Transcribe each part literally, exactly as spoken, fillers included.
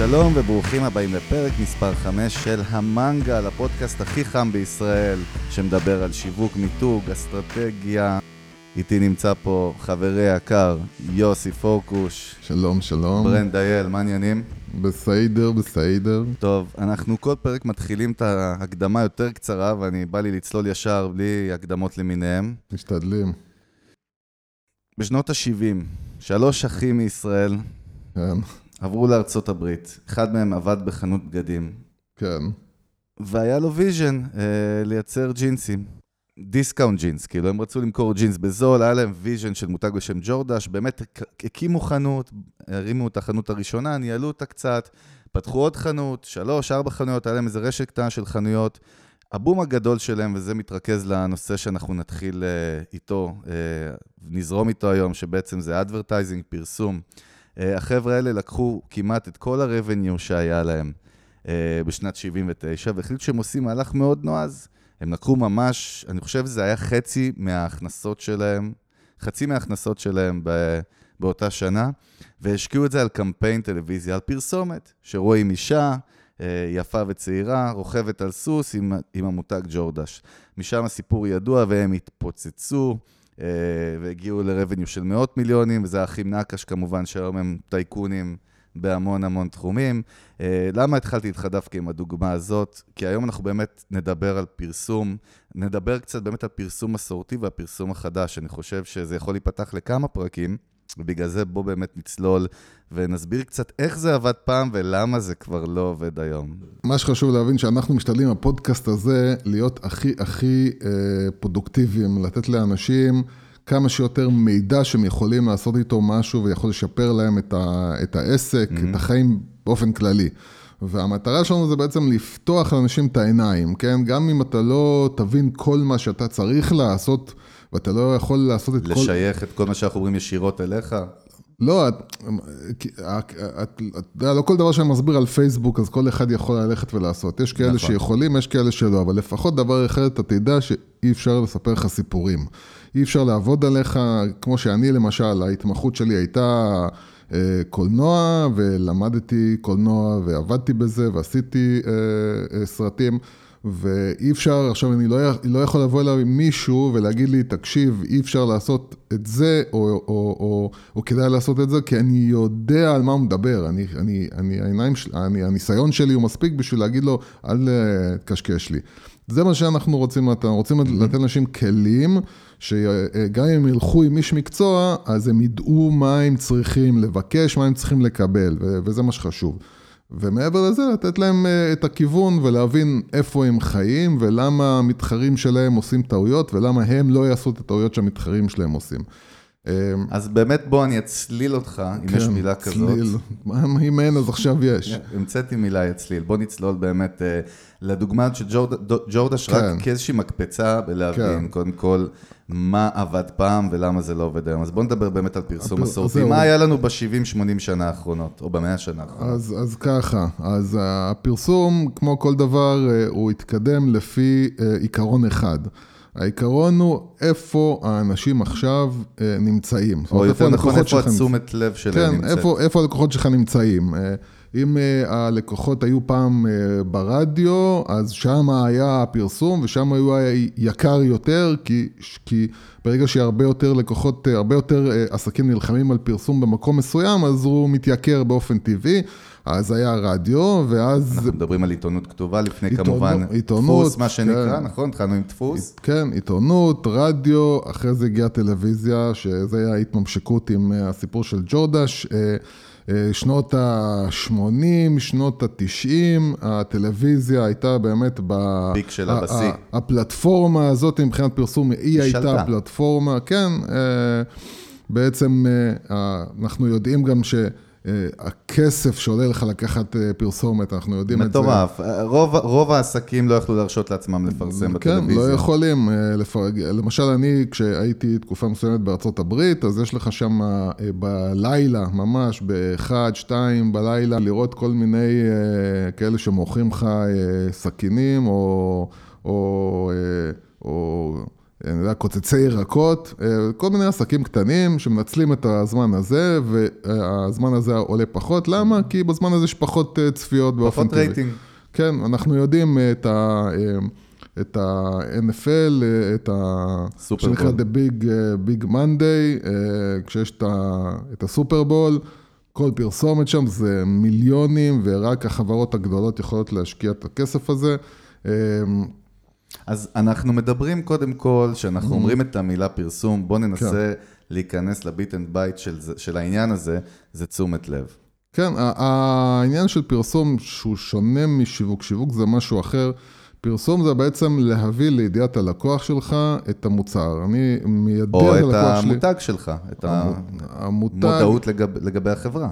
שלום וברוכים הבאים לפרק מספר חמש של המנגל, הפודקאסט הכי חם בישראל, שמדבר על שיווק, מיתוג, אסטרטגיה. איתי נמצא פה חברי יקר, יוסי פורקוש. שלום, שלום. ברנד דייל, מה עניינים? בסדר, בסדר. טוב, אנחנו כל פרק מתחילים את ההקדמה יותר קצרה, ואני בא לי לצלול ישר בלי הקדמות למיניהם. משתדלים. בשנות ה-שבעים, שלוש אחים מישראל כן. עברו לארצות הברית. אחד מהם עבד בחנות בגדים. כן. והיה לו ויז'ן אה, לייצר ג'ינסים. דיסקאונט ג'ינס, כאילו הם רצו למכור ג'ינס בזול, היה להם ויז'ן של מותג בשם ג'ורדש, באמת הקימו חנות, הרימו את החנות הראשונה, ניהלו אותה קצת, פתחו עוד חנות, שלוש, ארבע חנויות, היה להם איזה רשת קטנה של חנויות. הבום הגדול שלהם, וזה מתרכז לנושא שאנחנו נתחיל אה, איתו, אה, נזרום איתו היום, שבעצם זה אדברטייזינג, פרסום. אה, החבר'ה האלה לקחו כמעט את כל הרבניו שהיה להם אה, בשנת שבעים ותשע, והחליטו שהם עושים מהלך מאוד נועז. הם לקחו ממש, אני חושב שזה היה חצי מההכנסות שלהם, חצי מההכנסות שלהם באותה שנה, והשקיעו את זה על קמפיין טלוויזיה, על פרסומת, שרואים אישה יפה וצעירה, רוכבת על סוס עם, עם המותג ג'ורדש. משם הסיפור ידוע והם התפוצצו, והגיעו לרבניו של מאות מיליונים, וזה האחים נקש כמובן, שהיום הם טייקונים, בהמון המון תחומים. למה התחלתי איתך דווקא עם הדוגמה הזאת? כי היום אנחנו באמת נדבר על פרסום, נדבר קצת באמת על פרסום מסורתי והפרסום החדש. אני חושב שזה יכול להיפתח לכמה פרקים, ובגלל זה בוא באמת נצלול ונסביר קצת איך זה עבד פעם ולמה זה כבר לא עובד היום. מה שחשוב להבין שאנחנו משתדלים הפודקאסט הזה להיות הכי הכי אה, פרודוקטיביים, לתת לאנשים כמה שיותר מידע שהם יכולים לעשות איתו משהו ויכול לשפר להם את, ה, את העסק, mm-hmm. את החיים באופן כללי. והמטרה שלנו זה בעצם לפתוח לאנשים את העיניים, כן? גם אם אתה לא תבין כל מה שאתה צריך לעשות, ואתה לא יכול לעשות את לשייך כל... לשייך את כל מה שאנחנו אומרים ישירות אליך? לא, את, את, את, את, לא כל דבר שאני מסביר על פייסבוק, אז כל אחד יכול ללכת ולעשות. יש כאלה נכון. שיכולים, יש כאלה שלא, אבל לפחות דבר אחד, אתה תדע שאי אפשר לספר לך סיפורים. אי אפשר לעבוד עליך, כמו שאני למשל, ההתמחות שלי הייתה אה, קולנוע, ולמדתי קולנוע, ועבדתי בזה, ועשיתי אה, אה, סרטים, ואי אפשר, עכשיו אני לא, לא יכול לבוא אליו עם מישהו ולהגיד לי, תקשיב, אי אפשר לעשות את זה, או, או, או, או, או כדאי לעשות את זה, כי אני יודע על מה הוא מדבר. אני, אני, אני, העיניים של, אני, הניסיון שלי הוא מספיק בשביל להגיד לו, אל תקשקש לי. זה מה שאנחנו רוצים, אנחנו רוצים לתת אנשים כלים, שגם אם ילכו עם איש מקצוע, אז הם ידעו מה הם צריכים לבקש, מה הם צריכים לקבל, וזה מה שחשוב. ומעבר לזה, לתת להם את הכיוון ולהבין איפה הם חיים, ולמה המתחרים שלהם עושים טעויות, ולמה הם לא יעשו את הטעויות שהמתחרים שלהם עושים. אז באמת בוא אני אצליל אותך, אם יש מילה כזאת. צליל, אם אין אז עכשיו יש. המצאתי מילה יצליל, בוא נצלול באמת לדוגמה של ג'ורדש, רק כאיזושהי מקפצה בלהבין קודם כל מה עבד פעם ולמה זה לא עובד היום. אז בוא נדבר באמת על פרסום מסורתי. מה היה לנו ב-שבעים שמונים שנה האחרונות, או ב-מאה שנה האחרונות? אז ככה, אז הפרסום, כמו כל דבר, הוא התקדם לפי עיקרון אחד. העיקרון הוא איפה האנשים עכשיו נמצאים. או יותר נכון, איפה התשומת לב שלהם נמצאת. כן, איפה הלקוחות שלך נמצאים. אם הלקוחות היו פעם ברדיו, אז שם היה הפרסום, ושם היו יקר יותר, כי, כי ברגע שהרבה יותר לקוחות, הרבה יותר עסקים נלחמים על פרסום במקום מסוים, אז הוא מתייקר באופן טבעי. אז היה רדיו, ואז... אנחנו מדברים על עיתונות כתובה, לפני עיתונות, כמובן עיתונות, דפוס, מה שנקרא, כן. נכון? התחלנו עם דפוס. כן, עיתונות, רדיו, אחרי זה הגיעה טלוויזיה, שזה היה התממשקות עם הסיפור של ג'ורדש, שנות ה-שמונים, שנות ה-תשעים, הטלוויזיה הייתה באמת ב... פיק שלה בסי. הפלטפורמה הזאת, מבחינת פרסום, היא הייתה הפלטפורמה, כן, בעצם אנחנו יודעים גם ש... הכסף שעולה לך לקחת פרסומת, אנחנו יודעים את זה. מטורף. רוב, רוב העסקים לא יכלו להרשות לעצמם לפרסם בטלוויזיה. כן, לא יכולים. למשל, אני, כשהייתי תקופה מסוימת בארצות הברית, אז יש לך שם בלילה, ממש, באחד, שתיים בלילה, לראות כל מיני כאלה שמוכרים לך סכינים, או, או, או, אני יודע, יודע, קוצצי ירקות, כל מיני עסקים קטנים שמנצלים את הזמן הזה, והזמן הזה עולה פחות. למה? כי בזמן הזה יש פחות צפיות באופן טבעי. פחות רייטינג. כן, אנחנו יודעים את ה... את ה-אן אף אל, את ה... שנקרא The Big, Big Monday, כשיש את הסופרבול, כל פרסומת שם זה מיליונים, ורק החברות הגדולות יכולות להשקיע את הכסף הזה. אז אנחנו מדברים קודם כל, שאנחנו אומרים את המילה פרסום, בוא ננסה להיכנס לביט אנד בייט של העניין הזה, זה תשומת לב. כן, העניין של פרסום שהוא שונה משיווק, שיווק זה משהו אחר, פרסום זה בעצם להביא לידיעת הלקוח שלך את המוצר. אני מיידע את הלקוח שלי. או את המותג שלך, את המודעות לגבי החברה.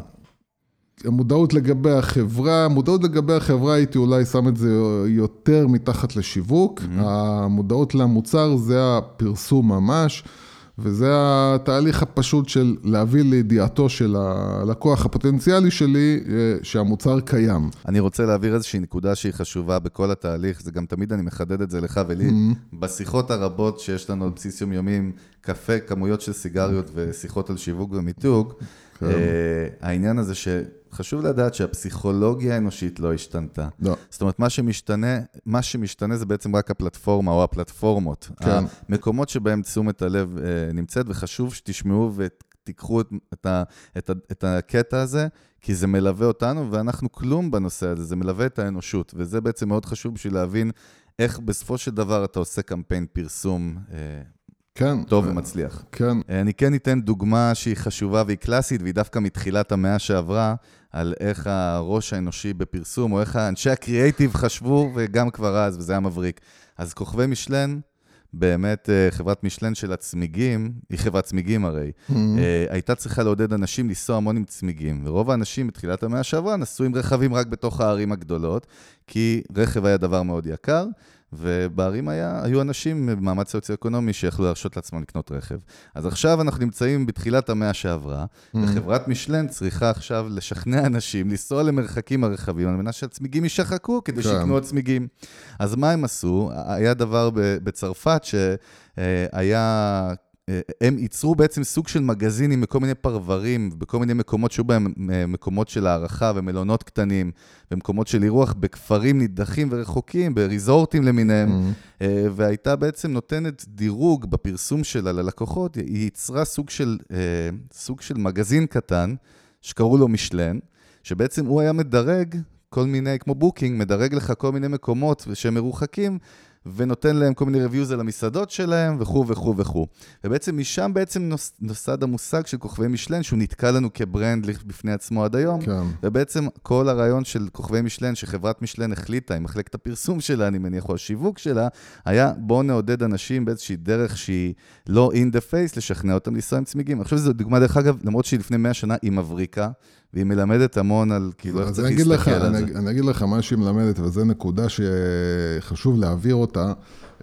המודעות לגבי החברה, המודעות לגבי החברה הייתי אולי שם את זה יותר מתחת לשיווק. המודעות למוצר זה הפרסום ממש. וזה התהליך הפשוט של להביא לידיעתו של הלקוח הפוטנציאלי שלי שהמוצר קיים. אני רוצה להעביר איזושהי נקודה שהיא חשובה בכל התהליך, זה גם תמיד אני מחדד את זה לך ולי, mm-hmm. בשיחות הרבות שיש לנו על בסיס יומיומים, קפה, כמויות של סיגריות ושיחות על שיווק ומיתוג, כן. העניין הזה שחשוב לדעת שהפסיכולוגיה האנושית לא השתנתה. לא. זאת אומרת, מה שמשתנה, מה שמשתנה זה בעצם רק הפלטפורמה או הפלטפורמות. כן. המקומות שבהם תשומת הלב נמצאת, וחשוב שתשמעו ותיקחו את, את, ה, את, ה, את הקטע הזה, כי זה מלווה אותנו, ואנחנו כלום בנושא הזה, זה מלווה את האנושות, וזה בעצם מאוד חשוב בשביל להבין איך בסופו של דבר אתה עושה קמפיין פרסום כן. טוב ומצליח. כן. אני כן ניתן דוגמה שהיא חשובה והיא קלאסית, והיא דווקא מתחילת המאה שעברה, על איך הראש האנושי בפרסום, או איך האנשי הקריאייטיב חשבו, וגם כבר אז, וזה היה מבריק. אז כוכבי משלן, באמת חברת משלן של הצמיגים, היא חברת צמיגים הרי, mm-hmm. הייתה צריכה לעודד אנשים לנסוע המון עם צמיגים, ורוב האנשים בתחילת המאה שעברה נסעו עם רכבים רק בתוך הערים הגדולות, כי רכב היה דבר מאוד יקר, ובערים היה, היו אנשים במעמד סוציו-אקונומי שיכלו להרשות לעצמם לקנות רכב. אז עכשיו אנחנו נמצאים בתחילת המאה שעברה, mm-hmm. וחברת משלן צריכה עכשיו לשכנע אנשים, לנסוע למרחקים הרכבים, על מנת שהצמיגים יישחקו כדי שיקנו הצמיגים. אז מה הם עשו? היה דבר בצרפת שהיה... הם ייצרו בעצם סוג של מגזינים בכל מיני פרברים, בכל מיני מקומות שהיו בהם מקומות של הערכה ומלונות קטנים, במקומות של אירוח בכפרים נידחים ורחוקים, בריזורטים למיניהם, mm-hmm. והייתה בעצם נותנת דירוג בפרסום שלה ללקוחות, היא ייצרה סוג של, סוג של מגזין קטן, שקראו לו משלן, שבעצם הוא היה מדרג כל מיני, כמו בוקינג, מדרג לך כל מיני מקומות שהם מרוחקים, ונותן להם כל מיני reviews על המסעדות שלהם, וכו' וכו' וכו'. ובעצם משם בעצם נוס, נוסד המושג של כוכבי משלן, שהוא נתקע לנו כברנד בפני עצמו עד היום. כן. ובעצם כל הרעיון של כוכבי משלן, שחברת משלן החליטה, עם מחלקת הפרסום שלה, אני מניח, או השיווק שלה, היה בוא נעודד אנשים באיזושהי דרך שהיא לא in the face, לשכנע אותם לנסוע עם צמיגים. אני חושב שזו דוגמה דרך אגב, למרות שהיא לפני מאה שנה היא מבריקה, והיא מלמדת המון על כאילו איך צריך להסתכל לך, על אני, זה. אני אגיד לך מה שהיא מלמדת, וזו נקודה שחשוב להעביר אותה,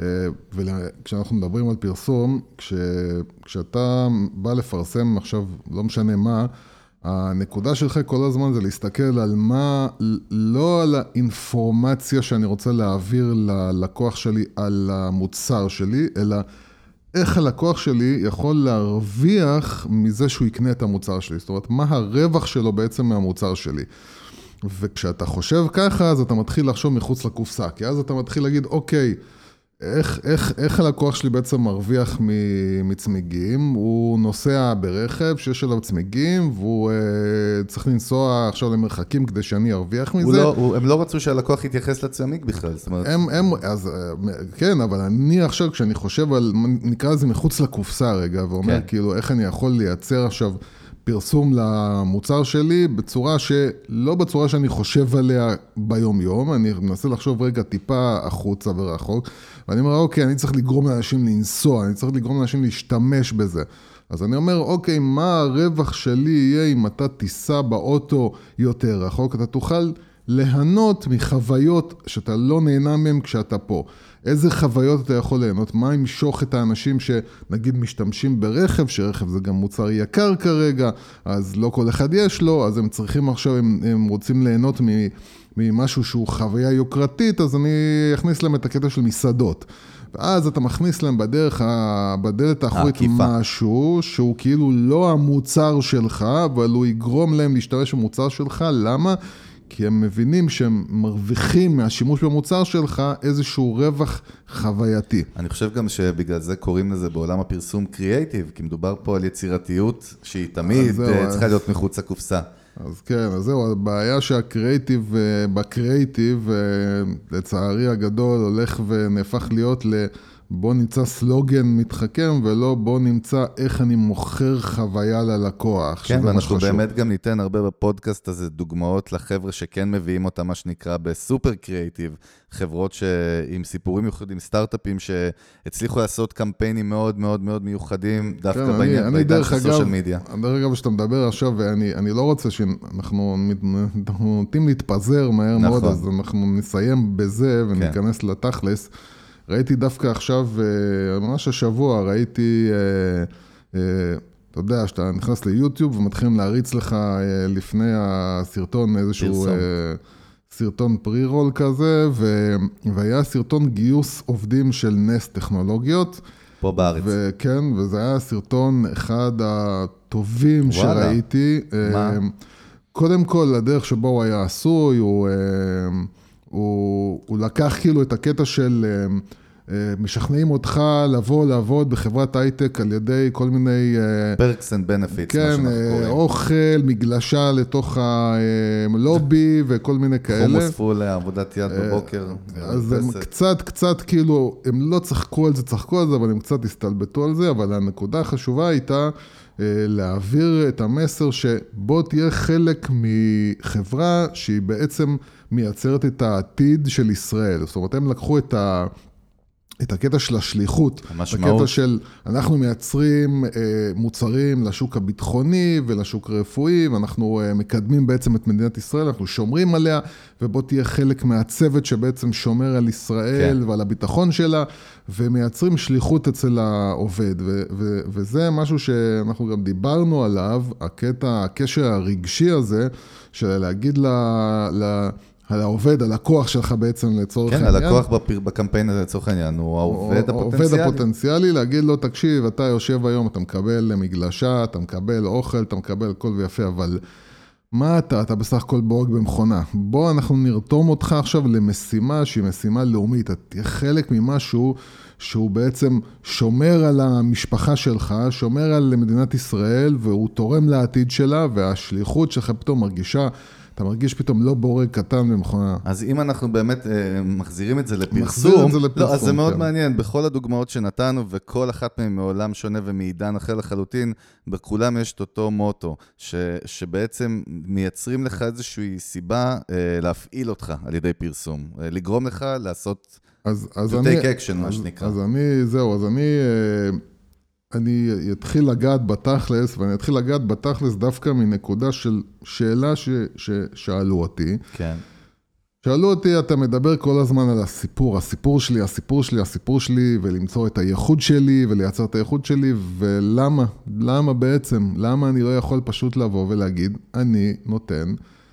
וכשאנחנו מדברים על פרסום, כש, כשאתה בא לפרסם עכשיו, לא משנה מה, הנקודה שלך כל הזמן זה להסתכל על מה, לא על האינפורמציה שאני רוצה להעביר ללקוח שלי על המוצר שלי, אלא איך הלקוח שלי יכול להרוויח מזה שהוא יקנה את המוצר שלי. זאת אומרת, מה הרווח שלו בעצם מהמוצר שלי. וכשאתה חושב ככה, אז אתה מתחיל לחשוב מחוץ לקופסה. כי אז אתה מתחיל להגיד, אוקיי, איך, איך, איך הלקוח שלי בעצם מרוויח מצמיגים? הוא נוסע ברכב שיש עליו צמיגים, והוא אה, צריך לנסוע עכשיו למרחקים כדי שאני ארוויח מזה. לא, הוא, הם לא רצו שהלקוח יתייחס לצמיג בכלל. זאת אומרת... הם, הם, אז, כן, אבל אני עכשיו, כשאני חושב על, נקרא לזה מחוץ לקופסה רגע, ואומר כן. כאילו, איך אני יכול לייצר עכשיו פרסום למוצר שלי, בצורה שלא בצורה שאני חושב עליה ביום יום, אני מנסה לחשוב רגע טיפה החוצה ורחוק, ואני אומר, אוקיי, אני צריך לגרום לאנשים לנסוע, אני צריך לגרום לאנשים להשתמש בזה. אז אני אומר, אוקיי, מה הרווח שלי יהיה אם אתה תיסע באוטו יותר רחוק? אתה תוכל ליהנות מחוויות שאתה לא נהנה מהם כשאתה פה. איזה חוויות אתה יכול ליהנות? מה ימשוך את האנשים שנגיד משתמשים ברכב, שרכב זה גם מוצר יקר כרגע, אז לא כל אחד יש לו, אז הם צריכים עכשיו, הם, הם רוצים ליהנות ממשהו שהוא חוויה יוקרתית, אז אני אכניס להם את הקטע של מסעדות. ואז אתה מכניס להם בדרך, בדלת האחורית משהו, שהוא כאילו לא המוצר שלך, אבל הוא יגרום להם להשתמש במוצר שלך. למה? כי הם מבינים שהם מרוויחים מהשימוש במוצר שלך איזשהו רווח חווייתי. אני חושב גם שבגלל זה קוראים לזה בעולם הפרסום קריאייטיב, כי מדובר פה על יצירתיות שהיא תמיד צריכה להיות מחוץ לקופסה. אז כן, אז זהו, הבעיה שהקריאייטיב, בקריאייטיב, לצערי הגדול, הולך ונהפך להיות ל... בוא נמצא סלוגן מתחכם, ולא בוא נמצא איך אני מוכר חוויה ללקוח. כן, ואנחנו באמת גם ניתן הרבה בפודקאסט הזה דוגמאות לחבר'ה שכן מביאים אותם, מה שנקרא בסופר קריאייטיב, חברות עם סיפורים מיוחדים, סטארט-אפים שהצליחו לעשות קמפיינים מאוד מאוד מאוד מיוחדים, דווקא בעידן של סושיאל מדיה. דרך אגב, שאתה מדבר עכשיו, ואני לא רוצה שאנחנו נוטים להתפזר מהר מאוד, אז אנחנו נסיים בזה וניכנס לתכלס. ראיתי דווקא עכשיו, ממש השבוע, ראיתי, אתה יודע, שאתה נכנס ליוטיוב ומתחילים להריץ לך לפני הסרטון איזשהו סרטון פרי-רול כזה, והיה סרטון גיוס עובדים של נס טכנולוגיות. פה בארץ. וכן, וזה היה סרטון אחד הטובים שראיתי. מה? קודם כל, הדרך שבו הוא היה עשוי, הוא... הוא, הוא לקח כאילו את הקטע של משכנעים אותך לבוא לעבוד בחברת הייטק על ידי כל מיני... פרקס אנד בנפיטס, כן, אוכל, מגלשה לתוך הלובי וכל מיני כאלה. חומוס פול, עבודת יד בבוקר. אז הם קצת, קצת כאילו, הם לא צחקו על זה, צחקו על זה, אבל הם קצת הסתלבטו על זה, אבל הנקודה החשובה הייתה להעביר את המסר שבוא תהיה חלק מחברה שהיא בעצם מייצרת את העתיד של ישראל. זאת אומרת, הם לקחו את ה... את הקטע של השליחות, המשמעות. הקטע של אנחנו מייצרים אה, מוצרים לשוק הביטחוני ולשוק הרפואי, ואנחנו אה, מקדמים בעצם את מדינת ישראל, אנחנו שומרים עליה, ובוא תהיה חלק מהצוות שבעצם שומר על ישראל כן. ועל הביטחון שלה, ומייצרים שליחות אצל העובד, ו- ו- וזה משהו שאנחנו גם דיברנו עליו, הקטע, הקשר הרגשי הזה, של להגיד ל... ל- על העובד, הלקוח שלך בעצם לצורך כן, העניין. כן, הלקוח בקמפיין הזה לצורך העניין, הוא העובד הפוטנציאלי. העובד הפוטנציאלי, להגיד לו, תקשיב, אתה יושב היום, אתה מקבל מגלשה, אתה מקבל אוכל, אתה מקבל כל ויפה, אבל מה אתה? אתה בסך הכל בורג במכונה. בוא אנחנו נרתום אותך עכשיו למשימה שהיא משימה לאומית. אתה תהיה חלק ממשהו שהוא בעצם שומר על המשפחה שלך, שומר על מדינת ישראל, והוא תורם לעתיד שלה, והשליחות שלך פתאום מרגישה, אתה מרגיש פתאום לא בורג קטן במכונה. אז אם אנחנו באמת אה, מחזירים את זה לפרסום, מחזיר את זה לפרסום, לא, אז זה מאוד כן. מעניין, בכל הדוגמאות שנתנו, וכל אחת מהם מעולם שונה ומעידן אחר לחלוטין, בכולם יש את אותו מוטו, ש, שבעצם מייצרים לך איזושהי סיבה אה, להפעיל אותך על ידי פרסום, אה, לגרום לך לעשות, אז, אז to אני, take action, אז, מה שנקרא. אז אני, זהו, אז אני... אה, אני אתחיל לגעת בתכלס, ואני אתחיל לגעת בתכלס דווקא מנקודה של שאלה ש, ששאלו אותי. כן. שאלו אותי, אתה מדבר כל הזמן על הסיפור, הסיפור שלי, הסיפור שלי, הסיפור שלי, ולמצוא את הייחוד שלי, ולייצר את הייחוד שלי, ולמה? למה בעצם? למה אני לא יכול פשוט לבוא ולהגיד, אני נותן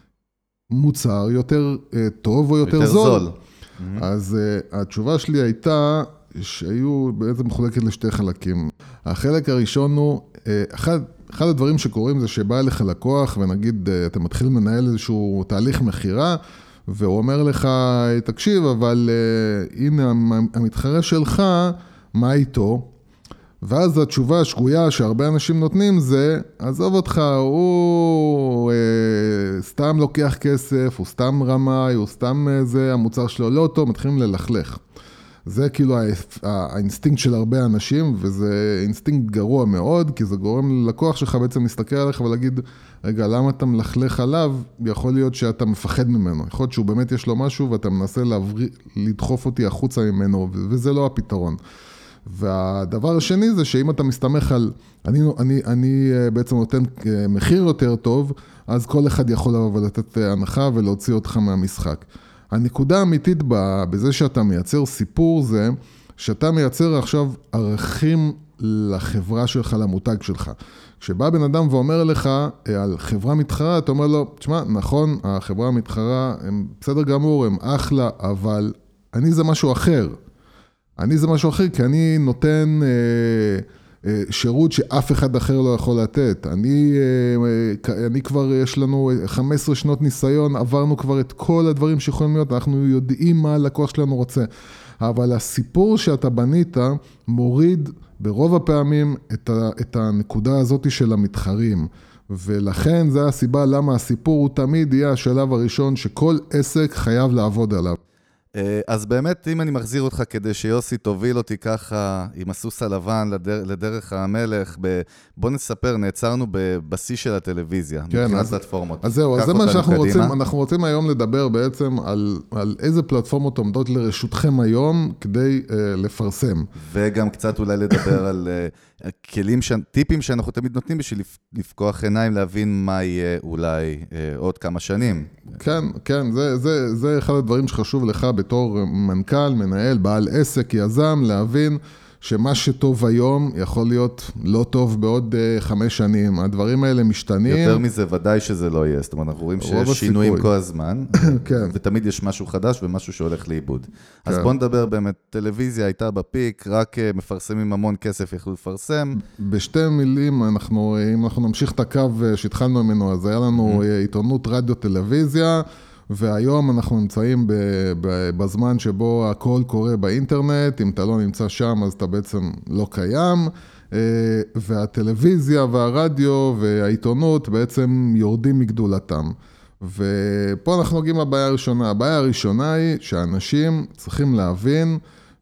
מוצר יותר טוב או יותר, יותר זול? זול. אז uh, התשובה שלי הייתה, שהיו בעצם מחולקת לשתי חלקים. החלק הראשון הוא, אחד, אחד הדברים שקורים זה שבא אליך לקוח, ונגיד, אתה מתחיל לנהל איזשהו תהליך מחירה, והוא אומר לך, תקשיב, אבל הנה המתחרה שלך, מה איתו? ואז התשובה השגויה שהרבה אנשים נותנים זה, עזוב אותך, הוא אה, סתם לוקח כסף, הוא סתם רמאי, הוא סתם זה, המוצר שלו לא טוב, מתחילים ללכלך. זה כאילו האינסטינקט של הרבה אנשים, וזה אינסטינקט גרוע מאוד, כי זה גורם ללקוח שלך בעצם להסתכל עליך ולהגיד, רגע, למה אתה מלכלך עליו? יכול להיות שאתה מפחד ממנו. יכול להיות שהוא באמת יש לו משהו, ואתה מנסה להבריא, לדחוף אותי החוצה ממנו, וזה לא הפתרון. והדבר השני זה שאם אתה מסתמך על, אני, אני, אני בעצם נותן מחיר יותר טוב, אז כל אחד יכול לבוא לתת הנחה ולהוציא אותך מהמשחק. הנקודה האמיתית בזה שאתה מייצר סיפור זה, שאתה מייצר עכשיו ערכים לחברה שלך, למותג שלך. כשבא בן אדם ואומר לך על חברה מתחרה, אתה אומר לו, תשמע, נכון, החברה המתחרה הם בסדר גמור, הם אחלה, אבל אני זה משהו אחר. אני זה משהו אחר, כי אני נותן אה, אה, שירות שאף אחד אחר לא יכול לתת. אני, אה, אני כבר, יש לנו חמש עשרה שנות ניסיון, עברנו כבר את כל הדברים שיכולים להיות, אנחנו יודעים מה הלקוח שלנו רוצה. אבל הסיפור שאתה בנית מוריד ברוב הפעמים את, ה, את הנקודה הזאת של המתחרים. ולכן זה הסיבה למה הסיפור הוא תמיד יהיה השלב הראשון שכל עסק חייב לעבוד עליו. אז באמת, אם אני מחזיר אותך כדי שיוסי תוביל אותי ככה עם הסוס הלבן לדר, לדרך המלך, ב, בוא נספר, נעצרנו בשיא של הטלוויזיה, כן, מבחינת פלטפורמות. אז זהו, אז זה מה שאנחנו רוצים, אנחנו רוצים היום לדבר בעצם על, על איזה פלטפורמות עומדות לרשותכם היום כדי uh, לפרסם. וגם קצת אולי לדבר על uh, כלים, ש... טיפים שאנחנו תמיד נותנים בשביל לפקוח עיניים, להבין מה יהיה אולי uh, עוד כמה שנים. כן, כן, זה, זה, זה אחד הדברים שחשוב לך בתור מנכ"ל, מנהל, בעל עסק, יזם, להבין שמה שטוב היום יכול להיות לא טוב בעוד uh, חמש שנים. הדברים האלה משתנים. יותר מזה, ודאי שזה לא יהיה. זאת אומרת, אנחנו רואים שיש שינויים כל הזמן, כן. ותמיד יש משהו חדש ומשהו שהולך לאיבוד. כן. אז בוא נדבר באמת, טלוויזיה הייתה בפיק, רק uh, מפרסמים המון כסף יכלו לפרסם. בשתי מילים, אנחנו, אם אנחנו נמשיך את הקו שהתחלנו ממנו, אז היה לנו mm-hmm. עיתונות, רדיו, טלוויזיה, והיום אנחנו נמצאים בזמן שבו הכל קורה באינטרנט, אם אתה לא נמצא שם אז אתה בעצם לא קיים, והטלוויזיה והרדיו והעיתונות בעצם יורדים מגדולתם. ופה אנחנו נוגעים בבעיה הראשונה. הבעיה הראשונה היא שאנשים צריכים להבין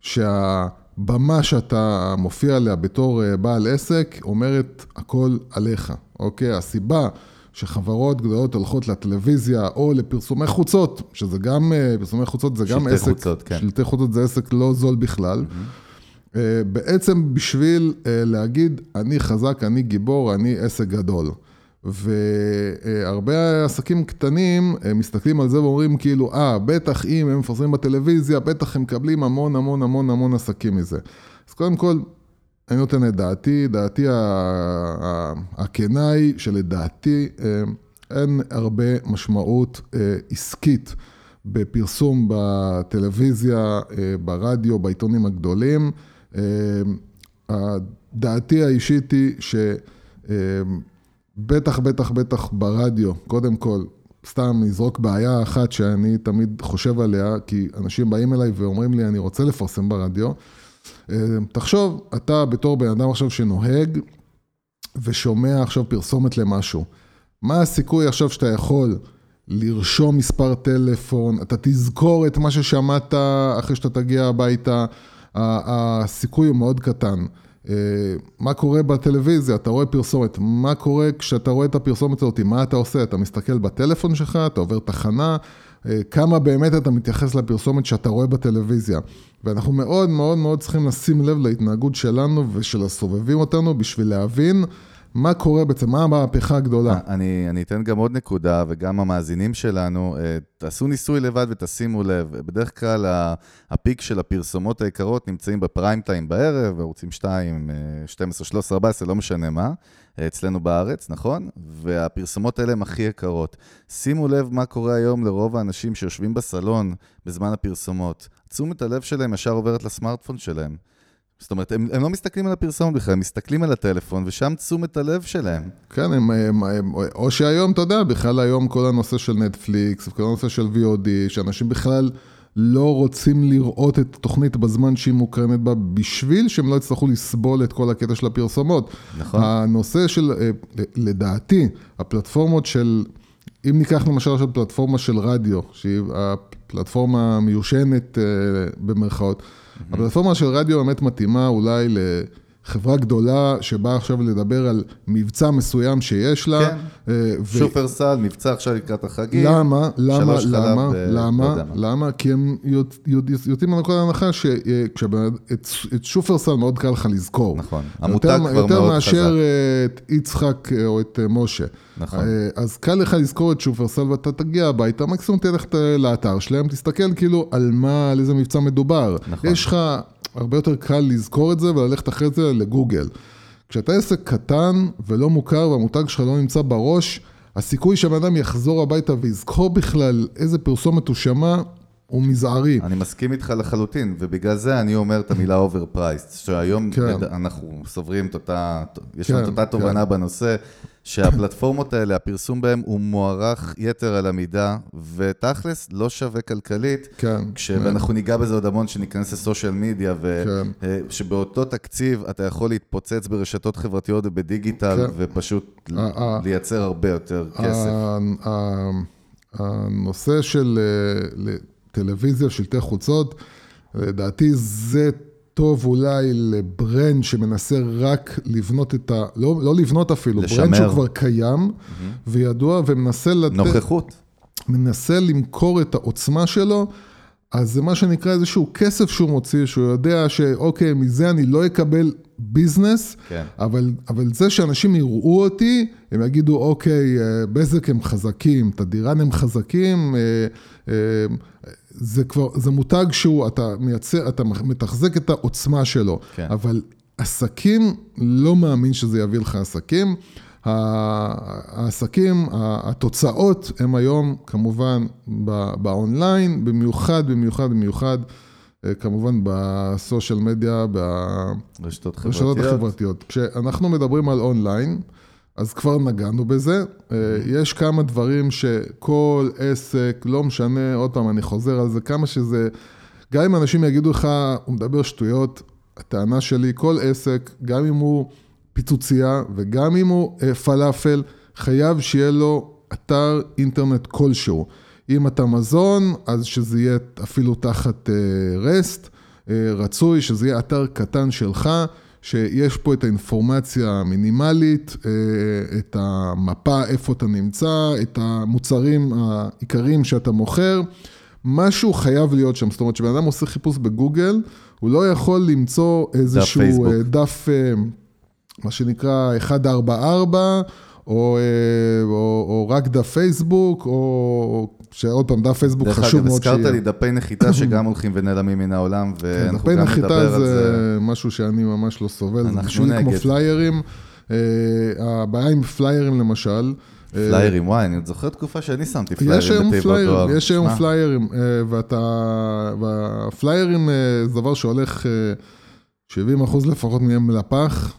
שהבמה שאתה מופיע עליה בתור בעל עסק אומרת הכל עליך, אוקיי? הסיבה שחברות גדולות הולכות לטלוויזיה או לפרסומי חוצות, שזה גם, פרסומי חוצות זה גם עסק, חוצות, כן. שלטי חוצות זה עסק לא זול בכלל, mm-hmm. בעצם בשביל להגיד, אני חזק, אני גיבור, אני עסק גדול. והרבה עסקים קטנים מסתכלים על זה ואומרים כאילו, אה, בטח אם הם מפרסמים בטלוויזיה, בטח הם מקבלים המון המון המון המון עסקים מזה. אז קודם כל, אני נותן את דעתי, דעתי הכנה היא שלדעתי אין הרבה משמעות עסקית בפרסום בטלוויזיה, ברדיו, בעיתונים הגדולים. דעתי האישית היא שבטח, בטח, בטח ברדיו, קודם כל, סתם נזרוק בעיה אחת שאני תמיד חושב עליה, כי אנשים באים אליי ואומרים לי, אני רוצה לפרסם ברדיו, תחשוב, אתה בתור בן אדם עכשיו שנוהג ושומע עכשיו פרסומת למשהו. מה הסיכוי עכשיו שאתה יכול לרשום מספר טלפון, אתה תזכור את מה ששמעת אחרי שאתה תגיע הביתה, הסיכוי הוא מאוד קטן. מה קורה בטלוויזיה? אתה רואה פרסומת. מה קורה כשאתה רואה את הפרסומת הזאת? מה אתה עושה? אתה מסתכל בטלפון שלך, אתה עובר תחנה, כמה באמת אתה מתייחס לפרסומת שאתה רואה בטלוויזיה. ואנחנו מאוד מאוד מאוד צריכים לשים לב להתנהגות שלנו ושל הסובבים אותנו בשביל להבין מה קורה בעצם, מה המהפכה הגדולה. אני, אני אתן גם עוד נקודה, וגם המאזינים שלנו, תעשו ניסוי לבד ותשימו לב. בדרך כלל הפיק של הפרסומות היקרות נמצאים בפריים טיים בערב, ערוצים שתיים, שתים עשרה, שלוש עשרה, ארבע עשרה, לא משנה מה, אצלנו בארץ, נכון? והפרסומות האלה הם הכי יקרות. שימו לב מה קורה היום לרוב האנשים שיושבים בסלון בזמן הפרסומות. תשומת הלב שלהם ישר עוברת לסמארטפון שלהם. זאת אומרת, הם, הם לא מסתכלים על הפרסום בכלל, הם מסתכלים על הטלפון, ושם תשומת הלב שלהם. כן, הם, הם, הם, או שהיום, אתה יודע, בכלל היום כל הנושא של נטפליקס, וכל הנושא של וי או די, שאנשים בכלל לא רוצים לראות את התוכנית בזמן שהיא מוקרנת בה, בשביל שהם לא יצטרכו לסבול את כל הקטע של הפרסומות. נכון. הנושא של, לדעתי, הפלטפורמות של, אם ניקח למשל של פלטפורמה של רדיו, שהיא הפלטפורמה מיושנת במרכאות, הפלטפורמה של רדיו באמת מתאימה אולי חברה גדולה שבאה עכשיו לדבר על מבצע מסוים שיש לה. כן, ו... שופרסל, מבצע עכשיו לקראת החגים. למה? למה? למה? ב... למה? למה? כי הם יוצאים לנו כל ההנחה שאת שופרסל מאוד קל לך לזכור. נכון, המותג כבר מאוד חזק. יותר מאשר את יצחק או את משה. נכון. אז קל לך לזכור את שופרסל ואתה תגיע הביתה, מקסימום תלך לאתר שלהם, תסתכל כאילו על מה, על איזה מבצע מדובר. נכון. יש לך הרבה יותר קל לזכור את זה וללכת אחרי זה לגוגל. כשאתה עסק קטן ולא מוכר והמותג שלך לא נמצא בראש, הסיכוי שהאדם יחזור הביתה ויזכור בכלל איזה פרסומת הוא שמע, הוא מזערי. אני מסכים איתך לחלוטין, ובגלל זה אני אומר את המילה overpriced, שהיום כן. אנחנו סוברים את אותה, יש לנו כן, את אותה תובנה כן. בנושא, שהפלטפורמות האלה, הפרסום בהם הוא מוערך יתר על המידה, ותכלס לא שווה כלכלית, כן, כשאנחנו כן. ניגע בזה עוד המון שניכנס לסושיאל מדיה, ושבאותו כן. תקציב אתה יכול להתפוצץ ברשתות חברתיות ובדיגיטל, כן. ופשוט ה- לייצר הרבה יותר ה- כסף. ה- הנושא של טלוויזיה, שלטי חוצות, לדעתי זה טוב אולי לברנד שמנסה רק לבנות את ה... לא, לא לבנות אפילו, לשמר. ברנד שהוא כבר קיים mm-hmm. וידוע ומנסה לתת... נוכחות. מנסה למכור את העוצמה שלו, אז זה מה שנקרא איזשהו כסף שהוא מוציא, שהוא יודע שאוקיי, מזה אני לא אקבל ביזנס, כן. אבל, אבל זה שאנשים יראו אותי, הם יגידו, אוקיי, בזק הם חזקים, תדירן הם חזקים, זה כבר, זה מותג שהוא, אתה מייצר, אתה מתחזק את העוצמה שלו, כן. אבל עסקים, לא מאמין שזה יביא לך עסקים, העסקים, התוצאות הם היום כמובן באונליין, במיוחד, במיוחד, במיוחד, כמובן בסושיאל מדיה, ברשתות חברתיות. החברתיות. כשאנחנו מדברים על אונליין, אז כבר נגענו בזה. יש כמה דברים שכל עסק, לא משנה, עוד פעם אני חוזר על זה, כמה שזה, גם אם אנשים יגידו לך, הוא מדבר שטויות, הטענה שלי, כל עסק, גם אם הוא פיצוצייה וגם אם הוא פלאפל, חייב שיהיה לו אתר אינטרנט כלשהו. אם אתה מזון, אז שזה יהיה אפילו תחת רסט, רצוי שזה יהיה אתר קטן שלך, שיש פה את האינפורמציה המינימלית, את המפה, איפה אתה נמצא, את המוצרים העיקריים שאתה מוכר, משהו חייב להיות שם. זאת אומרת, שבן אדם עושה חיפוש בגוגל, הוא לא יכול למצוא איזשהו דף, מה שנקרא אחת ארבע ארבע, או, או, או רק דף פייסבוק, או שעוד פעם, דף פייסבוק חשוב מאוד שיהיה. הזכרת לי דפי נחיתה שגם הולכים ונעלמים מן העולם, ואנחנו גם נדבר על זה. דפי נחיתה זה משהו שאני ממש לא סובל, זה משהו כמו פליירים, הבעיה עם פליירים למשל. פליירים, וואי, אני עוד זוכר תקופה שאני שמתי פליירים בתיבות דואר. יש היום פליירים, והפליירים זה דבר שהולך שבעים אחוז לפחות מהם לפח,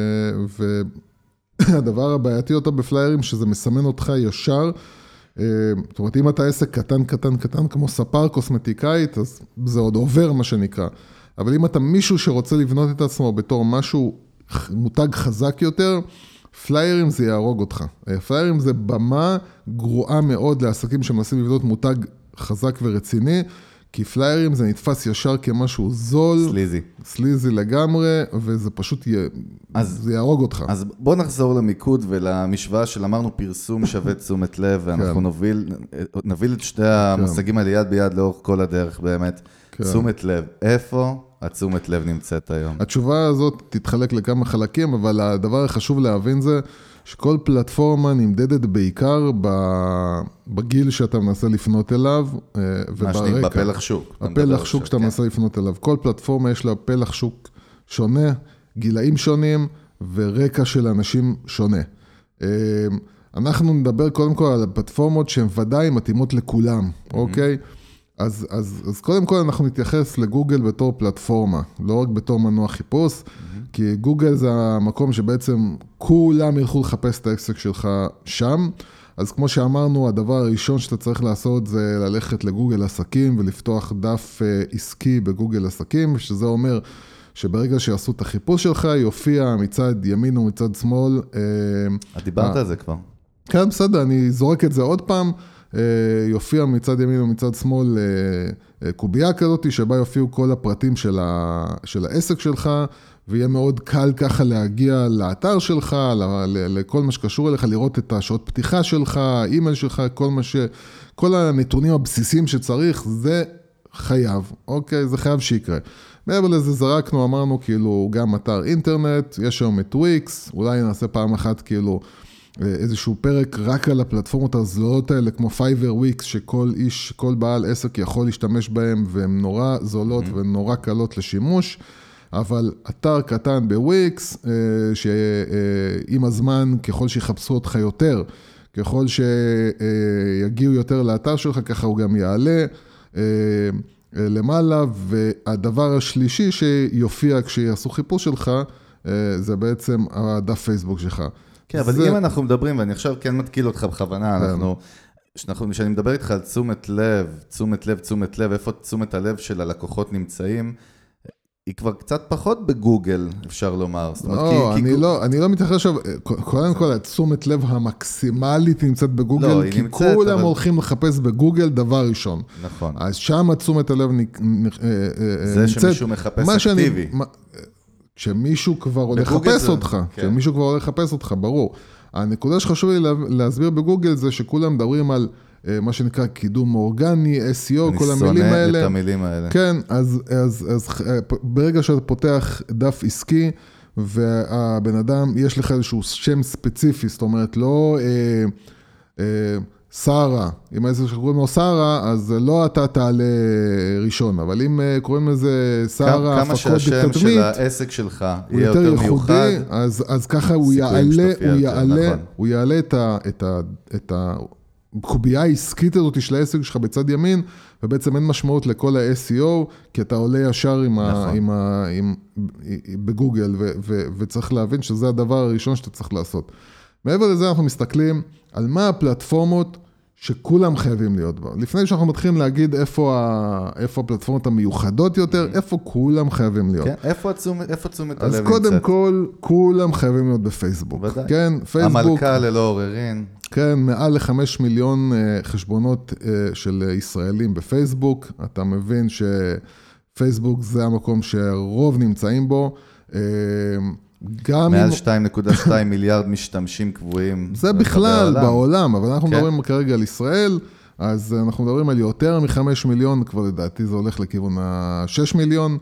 והדבר הבעייתי אותה בפליירים, שזה מסמן אותך ישר, זאת אומרת, אם אתה עסק קטן, קטן, קטן, כמו ספר קוסמטיקאית, אז זה עוד עובר מה שנקרא. אבל אם אתה מישהו שרוצה לבנות את עצמו בתור משהו מותג חזק יותר, פליירים זה יהרוג אותך. פליירים זה במה גרועה מאוד לעסקים שמנסים לבנות מותג חזק ורציני, כי פליירים זה נתפס ישר כמשהו זול. סליזי. סליזי לגמרי, וזה פשוט י... אז, זה יהרוג אותך. אז בוא נחזור למיקוד ולמשוואה של אמרנו פרסום שווה תשומת לב, ואנחנו כן. נוביל, נוביל את שתי המושגים האלה יד ביד לאורך כל הדרך באמת. כן. תשומת לב. איפה התשומת לב נמצאת היום? התשובה הזאת תתחלק לכמה חלקים, אבל הדבר החשוב להבין זה שכל פלטפורמה נמדדת בעיקר בגיל שאתה מנסה לפנות אליו, וברקע. מה בפלח שוק. הפלח שוק שאתה מנסה לפנות אליו. כל פלטפורמה יש לה פלח שוק שונה, גילאים שונים, ורקע של אנשים שונה. אנחנו נדבר קודם כל על הפלטפורמות שהן ודאי מתאימות לכולם, אוקיי? אז, אז, אז קודם כל אנחנו נתייחס לגוגל בתור פלטפורמה, לא רק בתור מנוע חיפוש, mm-hmm. כי גוגל זה המקום שבעצם כולם ילכו לחפש את העסק שלך שם, אז כמו שאמרנו, הדבר הראשון שאתה צריך לעשות זה ללכת לגוגל עסקים ולפתוח דף עסקי בגוגל עסקים, שזה אומר שברגע שיעשו את החיפוש שלך, יופיע מצד ימין ומצד שמאל. את דיברת על זה כבר. כן, בסדר, אני זורק את זה עוד פעם. יופיע מצד ימין ומצד שמאל קובייה כזאת, שבה יופיעו כל הפרטים של, ה, של העסק שלך, ויהיה מאוד קל ככה להגיע לאתר שלך, לכל מה שקשור אליך, לראות את השעות פתיחה שלך, אימייל שלך, כל מה ש... כל הנתונים הבסיסיים שצריך, זה חייב, אוקיי? זה חייב שיקרה. מעבר לזה זרקנו, אמרנו כאילו גם אתר אינטרנט, יש היום את וויקס, אולי נעשה פעם אחת כאילו איזשהו פרק רק על הפלטפורמות הזולות האלה, כמו פייבר וויקס, שכל איש, כל בעל עסק יכול להשתמש בהם, והן נורא זולות mm-hmm. ונורא קלות לשימוש, אבל אתר קטן בוויקס, שעם הזמן, ככל שיחפשו אותך יותר, ככל שיגיעו יותר לאתר שלך, ככה הוא גם יעלה למעלה, והדבר השלישי שיופיע כשיעשו חיפוש שלך, זה בעצם הדף פייסבוק שלך. כן, אבל אם אנחנו מדברים, ואני עכשיו כן מתקיל אותך בכוונה, אנחנו, כשאני מדבר איתך על תשומת לב, תשומת לב, תשומת לב, איפה תשומת הלב של הלקוחות נמצאים, היא כבר קצת פחות בגוגל, אפשר לומר. לא, אני לא מתייחס עכשיו, קודם כל, התשומת לב המקסימלית נמצאת בגוגל, כי כולם הולכים לחפש בגוגל דבר ראשון. נכון. אז שם התשומת הלב נמצאת. זה שמישהו מחפש אקטיבי. כשמישהו כבר הולך לחפש אותך, כשמישהו כבר הולך לחפש אותך, ברור. הנקודה שחשוב לי להסביר בגוגל זה שכולם מדברים על מה שנקרא קידום אורגני, אס אי או, כל המילים האלה. אני שונא את המילים האלה. כן, אז, אז, אז ברגע שאתה פותח דף עסקי, והבן אדם, יש לך איזשהו שם ספציפי, זאת אומרת, לא אה, אה, שרה, אם איזה שקוראים לו שרה, אז לא אתה תעלה ראשון, אבל אם קוראים לזה שרה, כמה שהשם של העסק שלך יהיה יותר מיוחד, אז, אז ככה הוא יעלה, הוא יעלה, נכון. הוא יעלה את ה... את ה, את ה קובייה העסקית הזאת של העסק שלך בצד ימין, ובעצם אין משמעות לכל ה-אס אי או, כי אתה עולה ישר עם נכון. ה, עם ה, עם, בגוגל, ו, ו, וצריך להבין שזה הדבר הראשון שאתה צריך לעשות. מעבר לזה אנחנו מסתכלים על מה הפלטפורמות שכולם חייבים להיות בה. לפני שאנחנו מתחילים להגיד איפה, ה, איפה הפלטפורמות המיוחדות יותר, איפה כולם חייבים להיות. כן, איפה תשומת הלב נמצאת? אז קודם כל, כולם חייבים להיות בפייסבוק. ודאי. כן, פייסבוק. המלכה ללא עוררין. כן, מעל לחמש מיליון חשבונות של ישראלים בפייסבוק. אתה מבין שפייסבוק זה המקום שהרוב נמצאים בו. מעל שתיים נקודה שתיים מיליארד משתמשים קבועים. זה בכלל בעולם, אבל אנחנו מדברים כרגע על ישראל, אז אנחנו מדברים על יותר מחמש מיליון, כבר לדעתי זה הולך לכיוון ה-שש מיליון.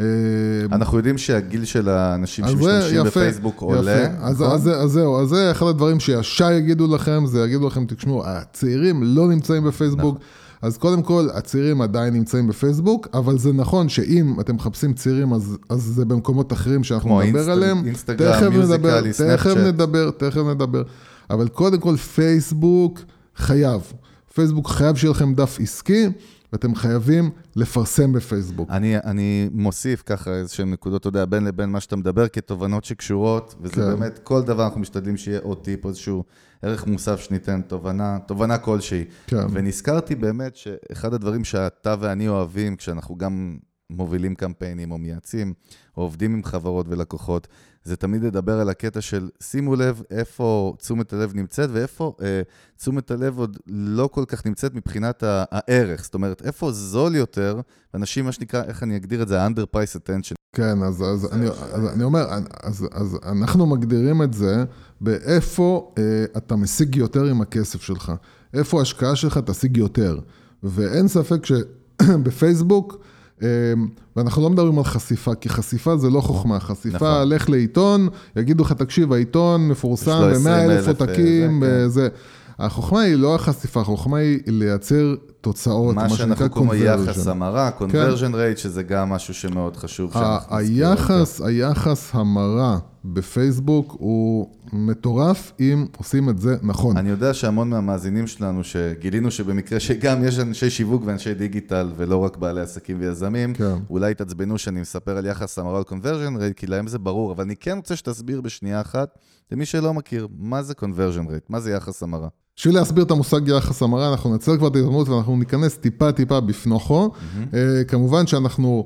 אנחנו יודעים שהגיל של האנשים שמשתמשים בפייסבוק עולה. אז זהו, אז זה אחד הדברים שישר יגידו לכם, זה יגידו לכם, תשמעו, הצעירים לא נמצאים בפייסבוק, אז קודם כל, הצעירים עדיין נמצאים בפייסבוק, אבל זה נכון שאם אתם מחפשים צעירים, אז, אז זה במקומות אחרים שאנחנו נדבר אינסט... עליהם. כמו אינסטגרם, מיוזיקלי, סנאפצ'אט. תכף נדבר, תכף נדבר. אבל קודם כל, פייסבוק חייב. פייסבוק חייב שיהיה לכם דף עסקי, ואתם חייבים לפרסם בפייסבוק. אני, אני מוסיף ככה איזשהם נקודות, אתה יודע, בין לבין מה שאתה מדבר, כתובנות שקשורות, וזה כן. באמת, כל דבר אנחנו משתדלים שיהיה עוד טיפ, או איזשהו ערך מוסף שניתן, תובנה, תובנה כלשהי. כן. ונזכרתי באמת שאחד הדברים שאתה ואני אוהבים, כשאנחנו גם מובילים קמפיינים או מייעצים, או עובדים עם חברות ולקוחות, זה תמיד לדבר על הקטע של שימו לב איפה תשומת הלב נמצאת, ואיפה אה, תשומת הלב עוד לא כל כך נמצאת מבחינת הערך. זאת אומרת, איפה זול יותר, אנשים, מה שנקרא, איך אני אגדיר את זה, under-price attention. כן, אז, אז, אני, אז אני אומר, אז, אז אנחנו מגדירים את זה באיפה אה, אתה משיג יותר עם הכסף שלך. איפה ההשקעה שלך תשיג יותר. ואין ספק שבפייסבוק, ואנחנו לא מדברים על חשיפה, כי חשיפה זה לא חוכמה, חשיפה, לך לעיתון, יגידו לך, תקשיב, העיתון מפורסם, ב-מאה אלף עותקים, זה. החוכמה היא לא החשיפה, החוכמה היא לייצר תוצאות, מה שאנחנו קוראים יחס המרה, conversion rate, שזה גם משהו שמאוד חשוב. היחס, היחס המרה בפייסבוק הוא מטורף אם עושים את זה נכון. אני יודע שהמון מהמאזינים שלנו שגילינו שבמקרה שגם יש אנשי שיווק ואנשי דיגיטל ולא רק בעלי עסקים ויזמים, אולי תעצבנו שאני מספר על יחס המרה על conversion rate, כי להם זה ברור, אבל אני כן רוצה שתסביר בשנייה אחת, למי שלא מכיר, מה זה conversion rate, מה זה יחס המרה? בשביל להסביר את המושג יחס המרה, אנחנו נצל כבר את ההזדמנות ואנחנו ניכנס טיפה טיפה בפנוחו. כמובן שאנחנו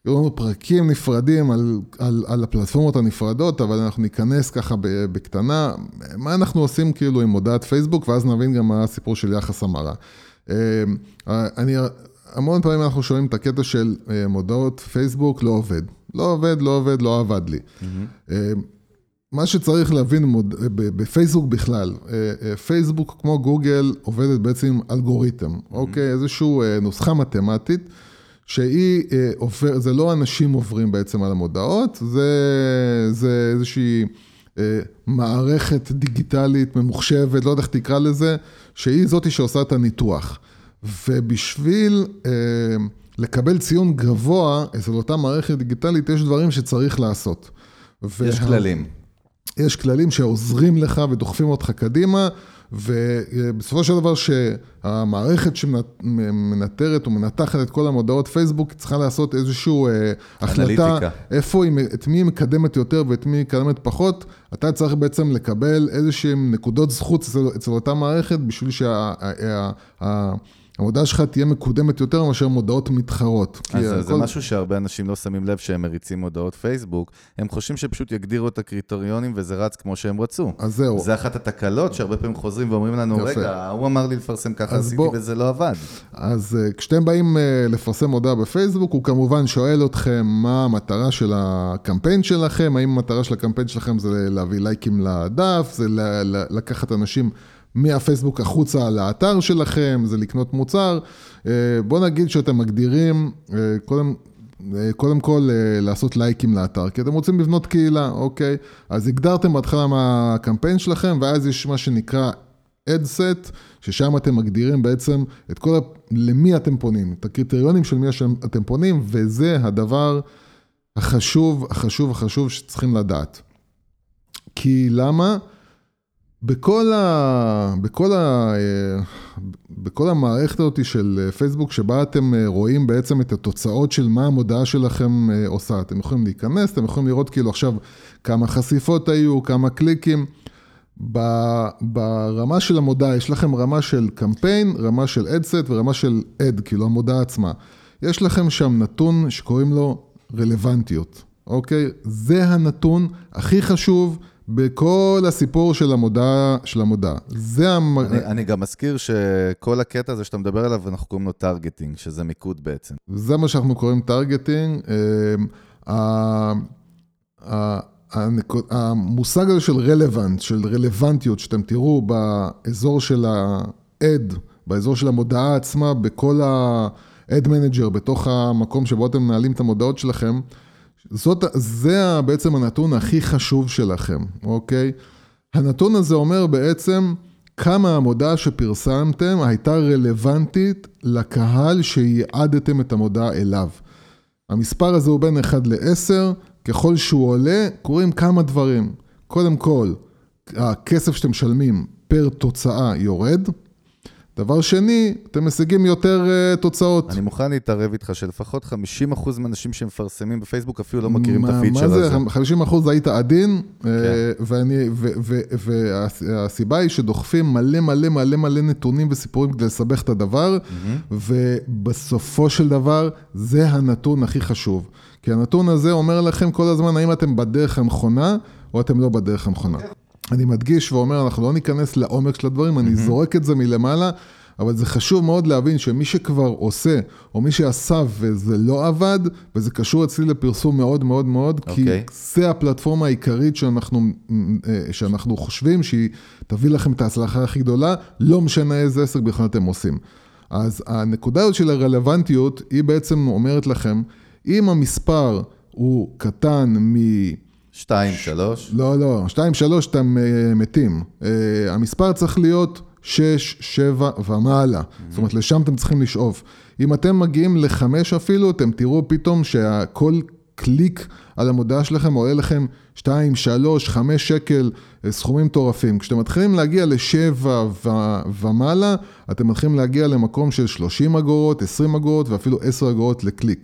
יהיו לנו פרקים נפרדים על, על, על הפלטפורמות הנפרדות, אבל אנחנו ניכנס ככה בקטנה, מה אנחנו עושים כאילו עם מודעת פייסבוק, ואז נבין גם מה הסיפור של יחס המרה. אני, המון פעמים אנחנו שומעים את הקטע של מודעות פייסבוק לא עובד. לא עובד, לא עובד, לא עבד לי. Mm-hmm. מה שצריך להבין מוד... בפייסבוק בכלל, פייסבוק כמו גוגל עובדת בעצם עם אלגוריתם, mm-hmm. אוקיי? איזושהי נוסחה מתמטית, שהיא עובר, זה לא אנשים עוברים בעצם על המודעות, זה, זה איזושהי מערכת דיגיטלית ממוחשבת, לא יודע איך תקרא לזה, שהיא זאתי שעושה את הניתוח. ובשביל לקבל ציון גבוה, אצל אותה מערכת דיגיטלית, יש דברים שצריך לעשות. יש וה... כללים. יש כללים שעוזרים לך ודוחפים אותך קדימה, ובסופו של דבר שהמערכת שמנטרת או מנתחת את כל המודעות פייסבוק, צריכה לעשות איזושהי החלטה, איפה, את מי היא מקדמת יותר ואת מי היא מקדמת פחות, אתה צריך בעצם לקבל איזושהי נקודות זכות אצל, אצל אותה מערכת, בשביל שה... המודעה שלך תהיה מקודמת יותר מאשר מודעות מתחרות. אז זה כל... משהו שהרבה אנשים לא שמים לב שהם מריצים מודעות פייסבוק, הם חושבים שפשוט יגדירו את הקריטריונים וזה רץ כמו שהם רצו. אז זהו. זה אחת התקלות שהרבה פעמים חוזרים ואומרים לנו, יפה. רגע, הוא אמר לי לפרסם ככה, עשיתי בוא... וזה לא עבד. אז כשאתם באים לפרסם מודעה בפייסבוק, הוא כמובן שואל אתכם מה המטרה של הקמפיין שלכם, האם המטרה של הקמפיין שלכם זה להביא לייקים לדף, זה לקחת אנשים מהפייסבוק החוצה לאתר שלכם, זה לקנות מוצר. בוא נגיד שאתם מגדירים, קודם, קודם כל לעשות לייקים לאתר, כי אתם רוצים לבנות קהילה, אוקיי? אז הגדרתם בהתחלה מהקמפיין שלכם, ואז יש מה שנקרא אדסט, ששם אתם מגדירים בעצם את כל, למי אתם פונים, את הקריטריונים של מי אתם פונים, וזה הדבר החשוב, החשוב, החשוב שצריכים לדעת. כי למה? בכל ה... בכל ה... בכל המערכת אותי של פייסבוק, שבה אתם רואים בעצם את התוצאות של מה המודעה שלכם עושה. אתם יכולים להיכנס, אתם יכולים לראות כאילו עכשיו כמה חשיפות היו, כמה קליקים. ברמה של המודעה, יש לכם רמה של קמפיין, רמה של אדסט ורמה של אד, כאילו המודעה עצמה. יש לכם שם נתון שקוראים לו רלוונטיות. אוקיי? זה הנתון הכי חשוב בכל הסיפור של המודעה, של המודעה. זה המ... אני, אני גם מזכיר שכל הקטע הזה שאתה מדבר עליו, אנחנו קוראים לו טרגטינג, שזה מיקוד בעצם. זה מה שאנחנו קוראים טרגטינג. המושג הזה של רלוונט, של רלוונטיות, שאתם תראו באזור של האד, באזור של המודעה עצמה, בכל האד מנג'ר, בתוך המקום שבו אתם מנהלים את המודעות שלכם, זאת, זה בעצם הנתון הכי חשוב שלכם, אוקיי? הנתון הזה אומר בעצם כמה המודעה שפרסמתם הייתה רלוונטית לקהל שיעדתם את המודעה אליו. המספר הזה הוא בין אחד לעשר, ככל שהוא עולה, קוראים כמה דברים. קודם כל, הכסף שאתם משלמים פר תוצאה יורד. דבר שני, אתם משיגים יותר uh, תוצאות. אני מוכן להתערב איתך שלפחות חמישים אחוז מהאנשים שמפרסמים בפייסבוק אפילו לא מכירים את הפיצ'ר הזה. מה זה? חמישים אחוז היית עדין, כן. ואני, ו, ו, והסיבה היא שדוחפים מלא מלא מלא מלא נתונים וסיפורים כדי לסבך את הדבר, mm-hmm. ובסופו של דבר זה הנתון הכי חשוב. כי הנתון הזה אומר לכם כל הזמן האם אתם בדרך הנכונה או אתם לא בדרך הנכונה. אני מדגיש ואומר, אנחנו לא ניכנס לעומק של הדברים, אני זורק את זה מלמעלה, אבל זה חשוב מאוד להבין שמי שכבר עושה, או מי שעשה וזה לא עבד, וזה קשור אצלי לפרסום מאוד מאוד מאוד, okay. כי זה הפלטפורמה העיקרית שאנחנו, שאנחנו חושבים שהיא תביא לכם את ההצלחה הכי גדולה, לא משנה איזה עסק בכלל אתם עושים. אז הנקודה של הרלוונטיות, היא בעצם אומרת לכם, אם המספר הוא קטן מ... שתיים, שלוש. לא, לא, שתיים, שלוש אתם מתים. המספר צריך להיות שש, שבע ומעלה. זאת אומרת, לשם אתם צריכים לשאוף. אם אתם מגיעים לחמש אפילו, אתם תראו פתאום שכל קליק על המודעה שלכם עולה לכם שתיים, שלוש, חמש שקל, סכומים טורפים. כשאתם מתחילים להגיע לשבע ומעלה, אתם מתחילים להגיע למקום של שלושים אגורות, עשרים אגורות ואפילו עשר אגורות לקליק.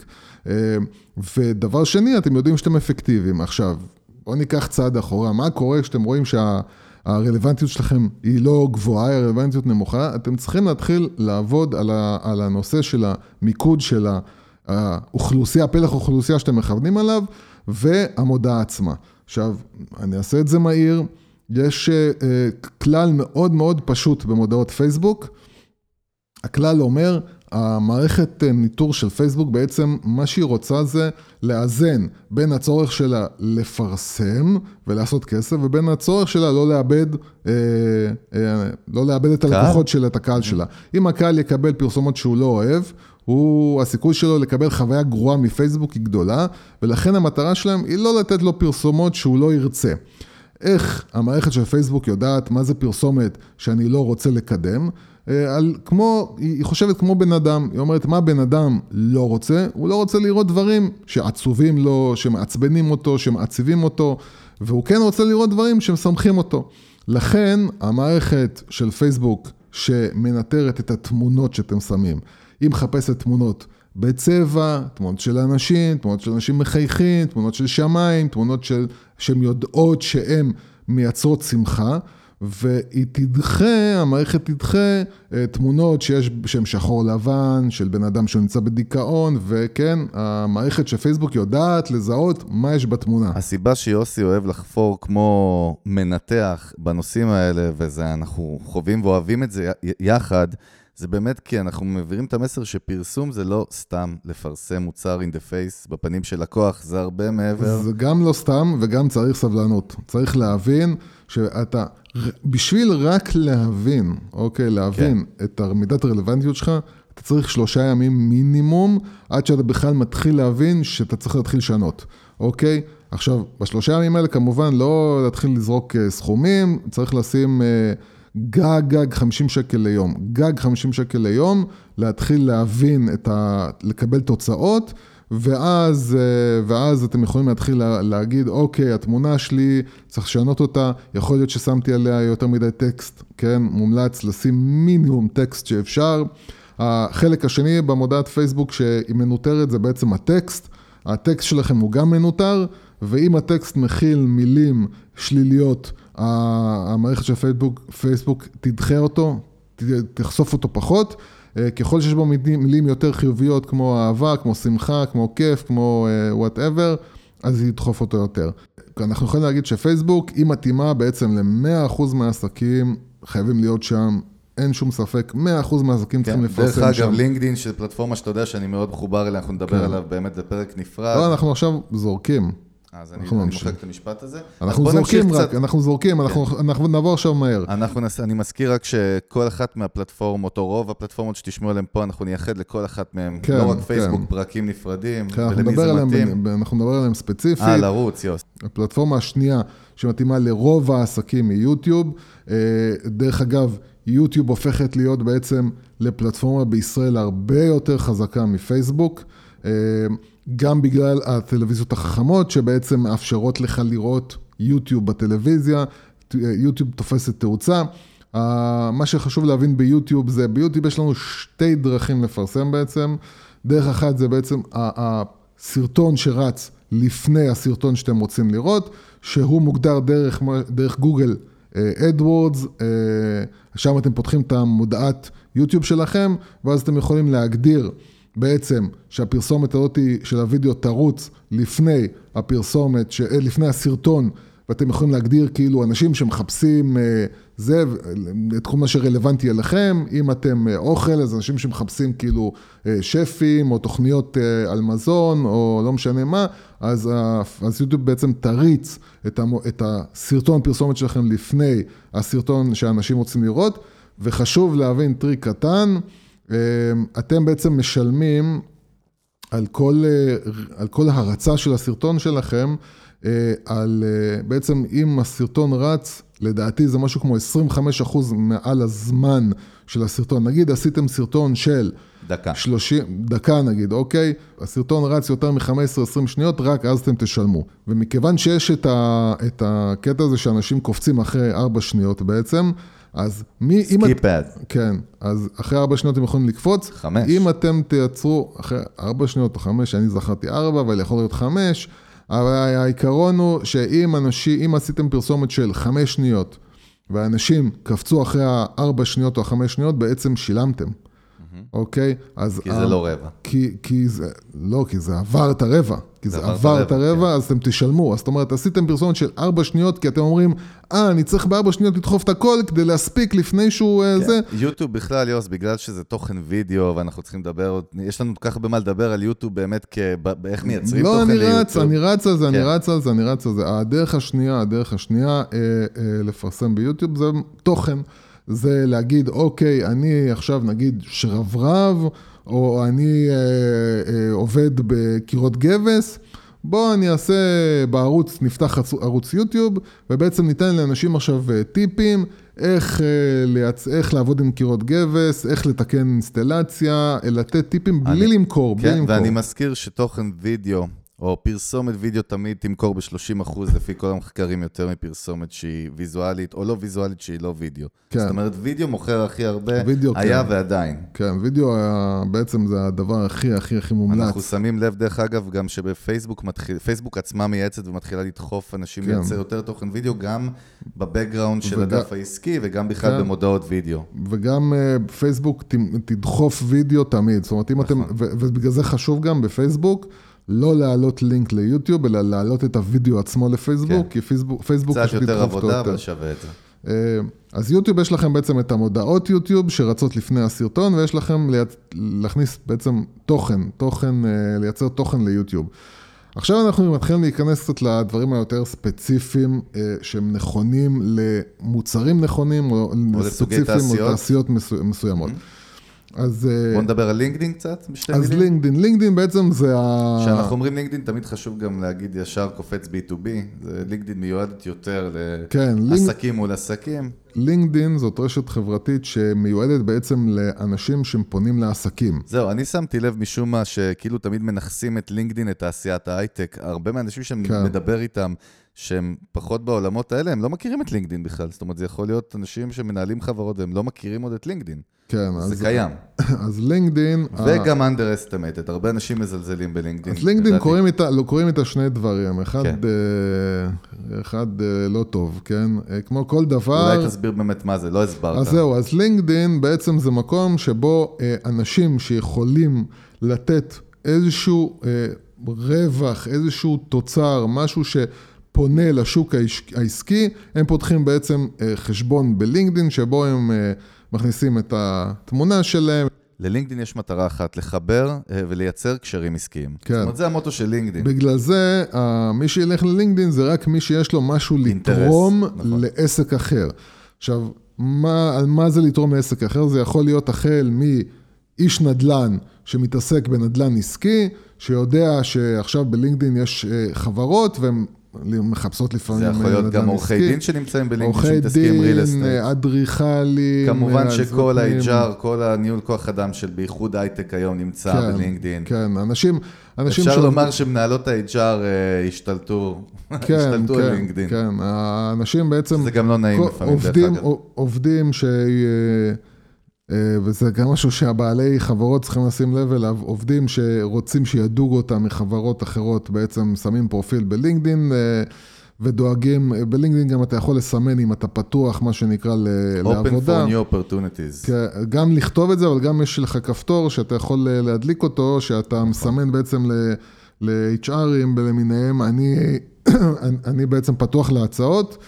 ודבר שני, אתם יודעים שאתם אפקטיביים. עכשיו, בואו ניקח צעד אחורה. מה קורה כשאתם רואים שהרלוונטיות שלכם היא לא גבוהה, הרלוונטיות נמוכה? אתם צריכים להתחיל לעבוד על הנושא של המיקוד של האוכלוסייה, פלח אוכלוסייה שאתם מכוונים עליו, והמודעה עצמה. עכשיו, אני אעשה את זה מהיר, יש uh, כלל מאוד מאוד פשוט במודעות פייסבוק, הכלל אומר, המערכת ניטור של פייסבוק בעצם מה שהיא רוצה זה לאזן בין הצורך שלה לפרסם ולעשות כסף, ובין הצורך שלה לא לאבד, אה, אה, לא לאבד את הלקוחות שלה, את הקהל שלה. אם הקהל יקבל פרסומות שהוא לא אוהב, הוא, הסיכוי שלו לקבל חוויה גרועה מפייסבוק היא גדולה, ולכן המטרה שלהם היא לא לתת לו פרסומות שהוא לא ירצה. איך המערכת של פייסבוק יודעת מה זה פרסומת שאני לא רוצה לקדם? על, כמו, היא חושבת כמו בן אדם, היא אומרת מה בן אדם לא רוצה, הוא לא רוצה לראות דברים שעצובים לו, שמעצבנים אותו, שמעציבים אותו, והוא כן רוצה לראות דברים שמשמחים אותו. לכן המערכת של פייסבוק שמנטרת את התמונות שאתם שמים, היא מחפשת תמונות בצבע, תמונות של אנשים, תמונות של אנשים מחייכים, תמונות של שמיים, תמונות של, שהן יודעות שהן מייצרות שמחה, והיא תדחה, המערכת תדחה תמונות שיש, שהן שחור לבן, של בן אדם שנמצא בדיכאון, וכן, המערכת של פייסבוק יודעת לזהות מה יש בתמונה. הסיבה שיוסי אוהב לחפור כמו מנתח בנושאים האלה, וזה אנחנו חווים ואוהבים את זה יחד, זה באמת כי אנחנו מעבירים את המסר שפרסום זה לא סתם לפרסם מוצר in the face בפנים של לקוח, זה הרבה מעבר. זה גם לא סתם וגם צריך סבלנות. צריך להבין שאתה, בשביל רק להבין, אוקיי, להבין כן. את מידת הרלוונטיות שלך, אתה צריך שלושה ימים מינימום, עד שאתה בכלל מתחיל להבין שאתה צריך להתחיל לשנות, אוקיי? עכשיו, בשלושה ימים האלה כמובן לא להתחיל לזרוק סכומים, צריך לשים גג, גג חמישים שקל ליום, גג חמישים שקל ליום, להתחיל להבין את ה... לקבל תוצאות, ואז, ואז אתם יכולים להתחיל להגיד, אוקיי, התמונה שלי, צריך לשנות אותה, יכול להיות ששמתי עליה יותר מדי טקסט, כן? מומלץ לשים מינימום טקסט שאפשר. החלק השני במודעת פייסבוק שהיא מנותרת זה בעצם הטקסט, הטקסט שלכם הוא גם מנותר, ואם הטקסט מכיל מילים שליליות, המערכת של פייסבוק, פייסבוק תדחה אותו, תחשוף אותו פחות, ככל שיש בו מילים יותר חיוביות כמו אהבה, כמו שמחה, כמו כיף, כמו whatever, אז היא תדחוף אותו יותר. אנחנו יכולים להגיד שפייסבוק היא מתאימה בעצם ל-מאה אחוז מהעסקים, חייבים להיות שם, אין שום ספק, מאה אחוז מהעסקים צריכים לפרסם שם. דרך אגב, לינקדין, של פלטפורמה שאתה יודע שאני מאוד מחובר אליה, אנחנו נדבר עליו באמת בפרק נפרד. לא, אנחנו עכשיו זורקים. אז אני מוחק את המשפט הזה. אנחנו זורקים רק, אנחנו זורקים, אנחנו נעבור עכשיו מהר. אני מזכיר רק שכל אחת מהפלטפורמות, או רוב הפלטפורמות שתשמעו עליהן פה, אנחנו נייחד לכל אחת מהן, לא רק פייסבוק, פרקים נפרדים, ולמי זה מתאים. אנחנו נדבר עליהם ספציפית. אה, לרוץ, יוס. הפלטפורמה השנייה שמתאימה לרוב העסקים היא יוטיוב. דרך אגב, יוטיוב הופכת להיות בעצם לפלטפורמה בישראל הרבה יותר חזקה מפייסבוק. גם בגלל הטלוויזיות החכמות שבעצם מאפשרות לך לראות יוטיוב בטלוויזיה, יוטיוב תופסת תאוצה. מה שחשוב להבין ביוטיוב זה, ביוטיוב יש לנו שתי דרכים לפרסם בעצם. דרך אחת זה בעצם הסרטון שרץ לפני הסרטון שאתם רוצים לראות, שהוא מוגדר דרך, דרך גוגל אדוורדס, שם אתם פותחים את המודעת יוטיוב שלכם, ואז אתם יכולים להגדיר בעצם שהפרסומת הזאת של הוידאו תרוץ לפני הפרסומת, לפני הסרטון, ואתם יכולים להגדיר כאילו אנשים שמחפשים זה, את כל מה שרלוונטי אליכם, אם אתם אוכל, אז אנשים שמחפשים כאילו שפים, או תוכניות על מזון, או לא משנה מה, אז, אז יוטיוב בעצם תריץ את, את הסרטון פרסומת שלכם לפני הסרטון שאנשים רוצים לראות, וחשוב להבין טריק קטן, אתם בעצם משלמים על כל, על כל הרצה של הסרטון שלכם, על בעצם אם הסרטון רץ, לדעתי זה משהו כמו עשרים וחמישה אחוז מעל הזמן של הסרטון. נגיד עשיתם סרטון של דקה. שלושים, דקה נגיד, אוקיי? הסרטון רץ יותר מ-חמש עשרה עשרים שניות, רק אז אתם תשלמו. ומכיוון שיש את, ה, את הקטע הזה שאנשים קופצים אחרי ארבע שניות בעצם, אז מי... סקיפ אד. כן, אז אחרי ארבע שניות אתם יכולים לקפוץ. חמש. אם אתם תייצרו אחרי ארבע שניות או חמש, אני זכרתי ארבע, אבל יכול להיות חמש, אבל העיקרון הוא שאם אנשים, אם עשיתם פרסומת של חמש שניות, ואנשים קפצו אחרי הארבע שניות או החמש שניות, בעצם שילמתם. אוקיי? כי זה לא רבע. כי זה, לא, כי זה עבר את הרבע. כי זה עבר את הרבע, אז אתם תשלמו. אז זאת אומרת, עשיתם פרסומת של ארבע שניות, כי אתם אומרים, אה, אני צריך בארבע שניות לדחוף את הכל, כדי להספיק לפני שהוא זה. יוטיוב בכלל, יוס, בגלל שזה תוכן וידאו, ואנחנו צריכים לדבר, יש לנו ככה במה לדבר על יוטיוב באמת, באיך מייצרים תוכן ליוטיוב. לא, אני רץ, אני רץ על זה, אני רץ על זה, אני רץ על זה. הדרך השנייה, הדרך השנייה, לפרסם ביוטיוב, זה תוכן. זה להגיד, אוקיי, אני עכשיו נגיד שרברב, או אני אה, אה, עובד בקירות גבס, בוא אני אעשה בערוץ, נפתח ערוץ יוטיוב, ובעצם ניתן לאנשים עכשיו טיפים, איך, אה, לייצ... איך לעבוד עם קירות גבס, איך לתקן אינסטלציה, לתת טיפים בלי אני... למכור, כן, בלי למכור. ואני מזכיר שתוכן וידאו, או פרסומת וידאו תמיד תמכור ב-שלושים אחוז לפי כל המחקרים יותר מפרסומת שהיא ויזואלית, או לא ויזואלית שהיא לא וידאו. כן. זאת אומרת, וידאו מוכר הכי הרבה, וידאו, היה כן. ועדיין. כן, וידאו היה, בעצם זה הדבר הכי הכי הכי מומלץ. אנחנו שמים לב דרך אגב גם שבפייסבוק מתחיל, פייסבוק עצמה מייעצת ומתחילה לדחוף אנשים כן. לייצר יותר תוכן וידאו, גם בבקגראונד של וג... הדף העסקי, וגם בכלל כן. במודעות וידאו. וגם uh, פייסבוק תדחוף וידאו תמיד, זאת אומרת, אם נכון. אתם, ו- ובגלל זה חשוב גם בפייסבוק, לא להעלות לינק ליוטיוב, אלא להעלות את הוידאו עצמו לפייסבוק, כן. כי פייסבוק, פייסבוק קצת יותר עבודה, אבל שווה את זה. אז יוטיוב יש לכם בעצם את המודעות יוטיוב שרצות לפני הסרטון, ויש לכם להכניס בעצם תוכן, תוכן, לייצר תוכן ליוטיוב. עכשיו אנחנו מתחילים להיכנס קצת לדברים היותר ספציפיים, שהם נכונים למוצרים נכונים, או ספציפיים או תעשיות מסוימות. אז בוא נדבר על לינקדין קצת, בשתי אז מילים. אז לינקדין, לינקדין בעצם זה ה... כשאנחנו אומרים לינקדין, תמיד חשוב גם להגיד ישר קופץ בי טו בי, זה לינקדין מיועדת יותר לעסקים מול עסקים. לינקדין זאת רשת חברתית שמיועדת בעצם לאנשים שפונים לעסקים. זהו, אני שמתי לב משום מה שכאילו תמיד מנחסים את לינקדין, את תעשיית ההייטק, הרבה מהאנשים שמדבר איתם, שהם פחות בעולמות האלה, הם לא מכירים את לינקדין בכלל, זאת אומרת, זה יכול להיות אנשים שמנהלים חברות והם לא מכירים עוד את לינקדין. כן, זה אז, קיים. אז לינקדין... וגם underestimated, הרבה אנשים מזלזלים בלינקדין. אז לינקדין קוראים את, לא, קוראים את השני דברים, אחד, כן. אה, אחד אה, לא טוב, כן? אה, כמו כל דבר... אולי תסביר באמת מה זה, לא הסברת. אז זהו, אז לינקדין בעצם זה מקום שבו אה, אנשים שיכולים לתת איזשהו אה, רווח, איזשהו תוצר, משהו ש... פונה לשוק העסקי, הם פותחים בעצם חשבון בלינקדין, שבו הם מכניסים את התמונה שלהם. ללינקדין יש מטרה אחת, לחבר ולייצר קשרים עסקיים. כן. זאת אומרת, זה המוטו של לינקדין. בגלל זה, מי שילך ללינקדין זה רק מי שיש לו משהו לתרום נכון. לעסק אחר. עכשיו, מה, על מה זה לתרום לעסק אחר? זה יכול להיות החל מאיש נדל"ן שמתעסק בנדל"ן עסקי, שיודע שעכשיו בלינקדין יש חברות והם מחפשות לפעמים... זה יכול להיות גם עורכי דין שנמצאים בלינקדין, שמתעסקים ריל אסטייט. עורכי דין, אדריכלים. כמובן שכל ה-אייץ' אר, כל הניהול כוח אדם של בייחוד הייטק היום נמצא בלינקדין. כן, אנשים... אפשר לומר שמנהלות ה-אייץ' אר השתלטו על לינקדין. כן, האנשים בעצם... זה גם לא נעים לפעמים. עובדים ש... וזה גם משהו שהבעלי חברות צריכים לשים לב אליו, עובדים שרוצים שידוגו אותם מחברות אחרות, בעצם שמים פרופיל בלינקדין, ודואגים, בלינקדין גם אתה יכול לסמן אם אתה פתוח, מה שנקרא לעבודה. Open for new opportunities. גם לכתוב את זה, אבל גם יש לך כפתור שאתה יכול להדליק אותו, שאתה מסמן בעצם ל-אייץ' ארים למיניהם, אני, אני בעצם פתוח להצעות,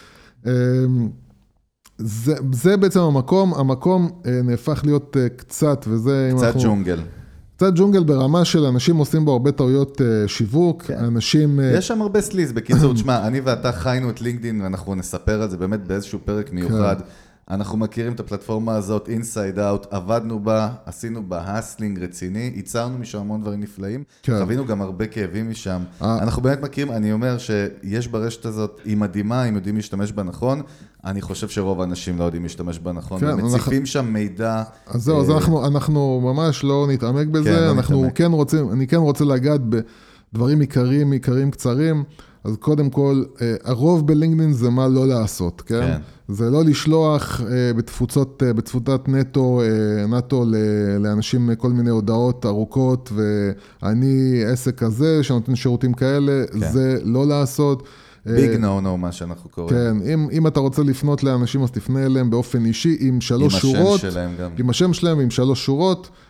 זה, זה בעצם המקום, המקום נהפך להיות קצת, וזה... קצת אנחנו, ג'ונגל. קצת ג'ונגל ברמה של אנשים עושים בו הרבה טעויות שיווק, כן. אנשים... יש שם הרבה סליז, בקיצור, תשמע, אני ואתה חיינו את לינקדין, ואנחנו נספר על זה באמת באיזשהו פרק מיוחד. כן. אנחנו מכירים את הפלטפורמה הזאת, inside out, עבדנו בה, עשינו בה הסלינג רציני, ייצרנו משם המון דברים נפלאים, כן. חווינו גם הרבה כאבים משם. 아... אנחנו באמת מכירים, אני אומר שיש ברשת הזאת, היא מדהימה, אם יודעים להשתמש בה נכון, אני חושב שרוב האנשים לא יודעים להשתמש בה נכון, כן, ומציפים אנחנו... שם מידע. אז זהו, אז אנחנו, אנחנו ממש לא נתעמק בזה, כן, לא אנחנו נתעמק. כן רוצים, אני כן רוצה לגעת בדברים עיקריים, עיקריים קצרים, אז קודם כל, הרוב בלינקדין זה מה לא לעשות, כן? כן. זה לא לשלוח בתפוצות, בתפוצת נטו, נטו לאנשים כל מיני הודעות ארוכות, ואני עסק כזה שנותן שירותים כאלה, כן. זה לא לעשות. ביג נו נו, מה שאנחנו קוראים. כן, אם, אם אתה רוצה לפנות לאנשים, אז תפנה אליהם באופן אישי, עם שלוש עם שורות. עם השם שלהם גם. עם השם שלהם, עם שלוש שורות.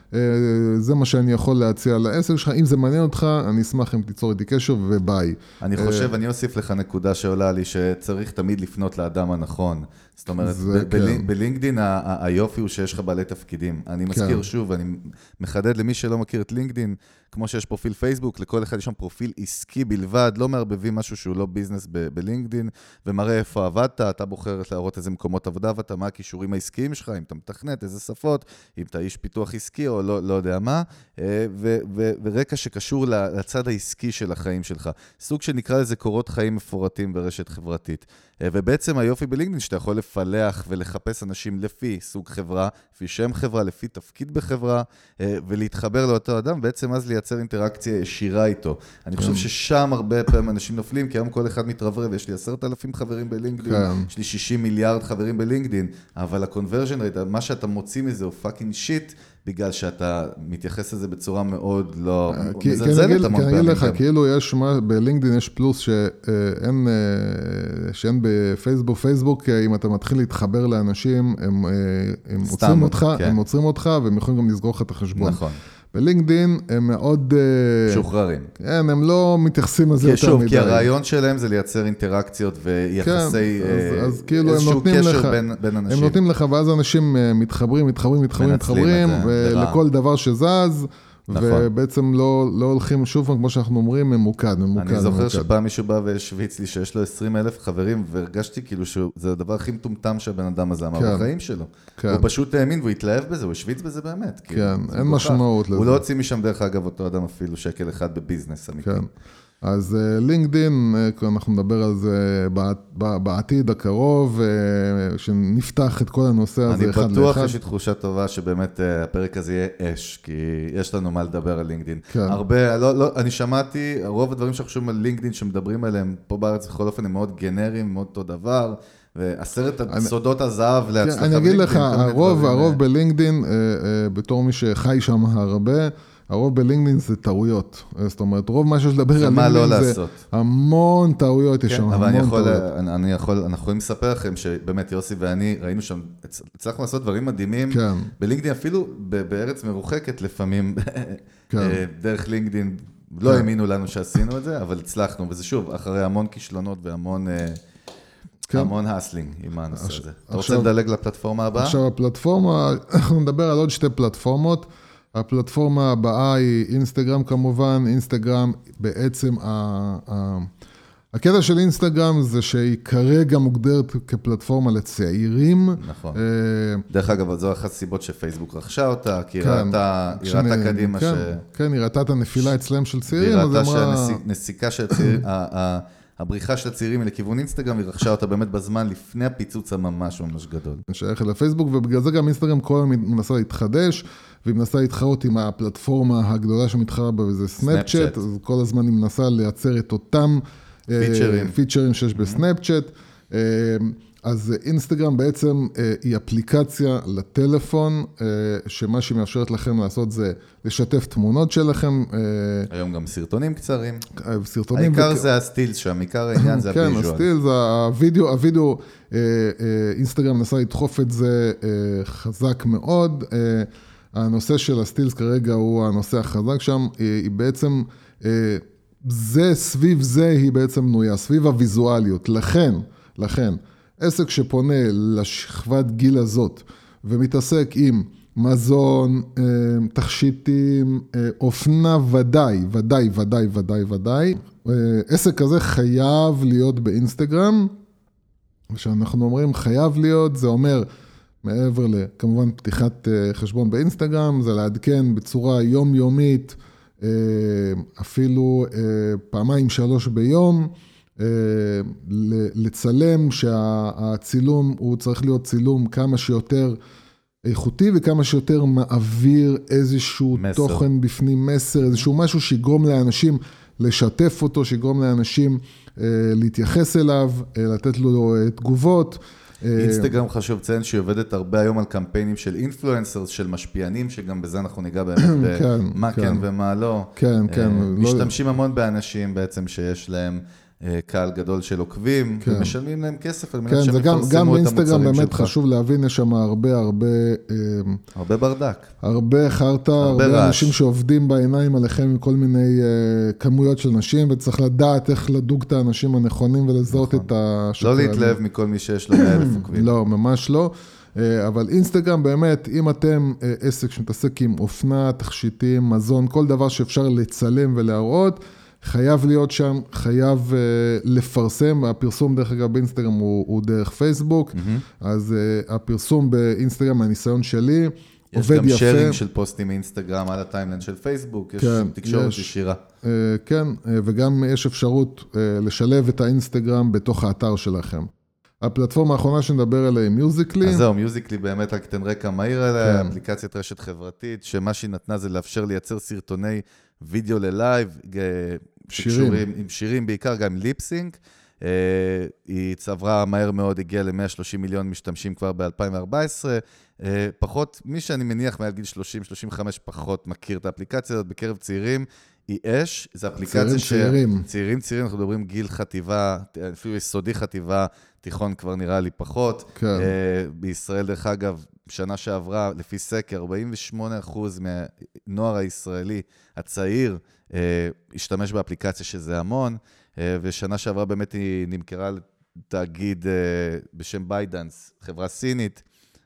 זה מה שאני יכול להציע לעסק שלך, אם זה מעניין אותך, אני אשמח אם תיצור איתי קשר וביי. אני חושב, אני אוסיף לך נקודה שעולה לי, שצריך תמיד לפנות לאדם הנכון. זאת אומרת, בלינקדין היופי הוא שיש לך בעלי תפקידים. אני מזכיר שוב, אני מחדד למי שלא מכיר את לינקדין, כמו שיש פרופיל פייסבוק, לכל אחד יש שם פרופיל עסקי בלבד, לא מערבבים משהו שהוא לא ביזנס בלינקדין, ומראה איפה עבדת, אתה בוחר להראות איזה מקומות עבודה, ואתה מה הכישורים העסקיים שלך, אם אתה מתכנת, איזה שפות, אם אתה איש פיתוח עסקי או לא, לא יודע מה, ו, ו, ורקע שקשור לצד העסקי של החיים שלך. סוג שנקרא לזה קורות חיים מפורטים ברשת חברתית. ובעצם היופי בלינקדין שאתה יכול לפלח ולחפש אנשים לפי סוג חברה, לפי שם חברה, לפי תפקיד בחברה, ולהתחבר לאותו אדם, בעצם אז לייצר אינטראקציה ישירה איתו. אני חושב ששם הרבה פעמים אנשים נופלים, כי היום כל אחד מתרברב, יש לי עשרת אלפים חברים בלינקדין, יש לי שישים מיליארד חברים בלינקדין, אבל הקונברז'ן רייט, מה שאתה מוציא מזה הוא פאקינג שיט, בגלל שאתה מתייחס לזה בצורה מאוד לא מזלזלת המון פעמים. כי אני אגיד לך, כאילו יש, בלינקדין יש פלוס שאין, שאין בפייסבוק, פייסבוק, אם אתה מתחיל להתחבר לאנשים, הם עוצרים אותך, הם עוצרים אותך, והם יכולים גם לסגור לך את החשבון. נכון. בלינקדין הם מאוד... שוחררים. כן, הם לא מתייחסים לזה יותר מדי. שוב, כי הרעיון שלהם זה לייצר אינטראקציות ויחסי... כן, אז כאילו הם נותנים לך... בין אנשים. הם נותנים לך, ואז אנשים מתחברים, מתחברים, מתחברים, מתחברים, ולכל דבר שזז, ובעצם לא הולכים שוב, כמו שאנחנו אומרים, ממוקד, ממוקד. אני זוכר שפעם מישהו בא והשוויץ לי שיש לו עשרים אלף חברים, והרגשתי כאילו שזה הדבר הכי מטומטם שהבן אדם הזה אמר בחיים שלו. הוא פשוט האמין והוא התלהב בזה, הוא השוויץ בזה באמת. כן, אין משמעות לזה. הוא לא הוציא משם דרך אגב אותו אדם אפילו שקל אחד בביזנס אמיתי. אז לינקדין, אנחנו נדבר על זה בעתיד הקרוב, שנפתח את כל הנושא הזה אחד לאחד. אני בטוח יש לי תחושה טובה שבאמת הפרק הזה יהיה אש, כי יש לנו מה לדבר על לינקדין. הרבה, לא, לא, אני שמעתי, רוב הדברים שאנחנו שומעים על לינקדין שמדברים עליהם, פה בארץ בכל אופן הם מאוד גנריים, מאוד אותו דבר, ועשרת סודות הזהב להצלחה. אני אגיד לך, הרוב, הרוב בלינקדין, בתור מי שחי שם הרבה, הרוב בלינקדין זה טעויות. זאת אומרת, רוב מה שיש לדבר על לינקדין זה המון טעויות, יש שם המון טעויות. אני יכול, אנחנו יכולים לספר לכם שבאמת יוסי ואני ראינו שם, הצלחנו לעשות דברים מדהימים. בלינקדין אפילו בארץ מרוחקת לפעמים, דרך לינקדין, לא האמינו לנו שעשינו את זה, אבל הצלחנו, וזה שוב, אחרי המון כישלונות והמון... המון הסלינג עם הנושא הזה. אתה רוצה לדלג לפלטפורמה הבאה? עכשיו הפלטפורמה, אנחנו נדבר על עוד שתי פלטפורמות. הפלטפורמה הבאה היא אינסטגרם כמובן, אינסטגרם בעצם, הקטע של אינסטגרם זה שהיא כרגע מוגדרת כפלטפורמה לצעירים. נכון. דרך אגב, זו אחת הסיבות שפייסבוק רכשה אותה, כי היא ראתה קדימה ש... כן, היא ראתה את הנפילה אצלם של צעירים. היא ראתה שהנסיקה של הצעירים, הבריחה של הצעירים לכיוון אינסטגרם, היא רכשה אותה באמת בזמן לפני הפיצוץ הממש ממש גדול. שייך לפייסבוק, ובגלל זה גם אינסטגרם כל הזמן מנסה להתחדש, והיא מנסה להתחרות עם הפלטפורמה הגדולה שמתחרה בה, וזה סנאפצ'אט, אז כל הזמן היא מנסה לייצר את אותם פיצ'רים שיש בסנאפצ'אט. אז אינסטגרם בעצם היא אפליקציה לטלפון, שמה שהיא מאפשרת לכם לעשות זה לשתף תמונות שלכם. היום גם סרטונים קצרים. סרטונים. העיקר זה הסטילס שם, העיקר העניין זה הוויז'ואל. כן, הסטילס, הווידאו, הווידאו, אינסטגרם מנסה לדחוף את זה חזק מאוד. הנושא של הסטילס כרגע הוא הנושא החזק שם, היא בעצם, זה סביב זה היא בעצם בנויה, סביב הוויזואליות. לכן, לכן, עסק שפונה לשכבת גיל הזאת, ומתעסק עם מזון, תכשיטים, אופנה ודאי, ודאי, ודאי, ודאי, ודאי. עסק כזה חייב להיות באינסטגרם, ושאנחנו אומרים חייב להיות, זה אומר, מעבר לכמובן פתיחת חשבון באינסטגרם, זה לעדכן בצורה יומיומית, אפילו פעמיים שלוש ביום, לצלם שהצילום הוא צריך להיות צילום כמה שיותר איכותי וכמה שיותר מעביר איזשהו מסר. תוכן בפנים מסר, איזשהו משהו שיגרום לאנשים לשתף אותו, שיגרום לאנשים להתייחס אליו, לתת לו תגובות. אינסטגרם חשוב ציין שהיא עובדת הרבה היום על קמפיינים של אינפלואנסרס, של משפיענים, שגם בזה אנחנו ניגע באמת במה כן ומה לא. כן, כן. משתמשים המון באנשים בעצם שיש להם קהל גדול של עוקבים, כן. ומשלמים להם כסף על מנת כן, שהם זה גם, יפרסמו גם את באינסטגרם המוצרים באמת שלך. חשוב להבין, יש שם הרבה, הרבה... הרבה ברדק. הרבה חרטה, הרבה, הרבה אנשים שעובדים בעיניים עליכם עם כל מיני uh, כמויות של נשים, וצריך לדעת איך לדוג את האנשים הנכונים ולזהות נכון. את השקרנים. לא להתלהב מכל מי שיש לו מאה אלף עוקבים. לא, ממש לא. אבל אינסטגרם באמת, אם אתם עסק שמתעסק עם אופנה, תכשיטים, מזון, כל דבר שאפשר לצלם ולהראות, חייב להיות שם, חייב uh, לפרסם, הפרסום דרך אגב באינסטגרם הוא, הוא דרך פייסבוק, mm-hmm. אז uh, הפרסום באינסטגרם, מהניסיון שלי, עובד יפה. יש גם שיירינג של פוסטים מאינסטגרם על הטיימליין של פייסבוק, יש כן, תקשורת יש, ישירה. Uh, כן, uh, וגם יש אפשרות uh, לשלב את האינסטגרם בתוך האתר שלכם. הפלטפורמה האחרונה שנדבר עליה היא מיוזיקלי. אז זהו, מיוזיקלי באמת רק תן רקע מהיר עליה, כן. אפליקציית רשת חברתית, שמה שהיא נתנה זה לאפשר לייצר סרטוני וידאו ללייב, שירים. עם שירים, בעיקר גם ליפסינק. היא צברה מהר מאוד, הגיעה ל-מאה ושלושים מיליון משתמשים כבר ב-אלפיים וארבע עשרה. פחות, מי שאני מניח מעל גיל שלושים שלושים וחמש פחות מכיר את האפליקציה הזאת, בקרב צעירים, היא אש, זו אפליקציה ש... צעירים, צעירים, צעירים, אנחנו מדברים גיל חטיבה, אפילו יסודי חטיבה, תיכון כבר נראה לי פחות. כן. בישראל, דרך אגב, שנה שעברה, לפי סקר, ארבעים ושמונה אחוז מהנוער הישראלי הצעיר, השתמש באפליקציה שזה המון, ושנה שעברה באמת היא נמכרה לתאגיד בשם ביידנס, חברה סינית,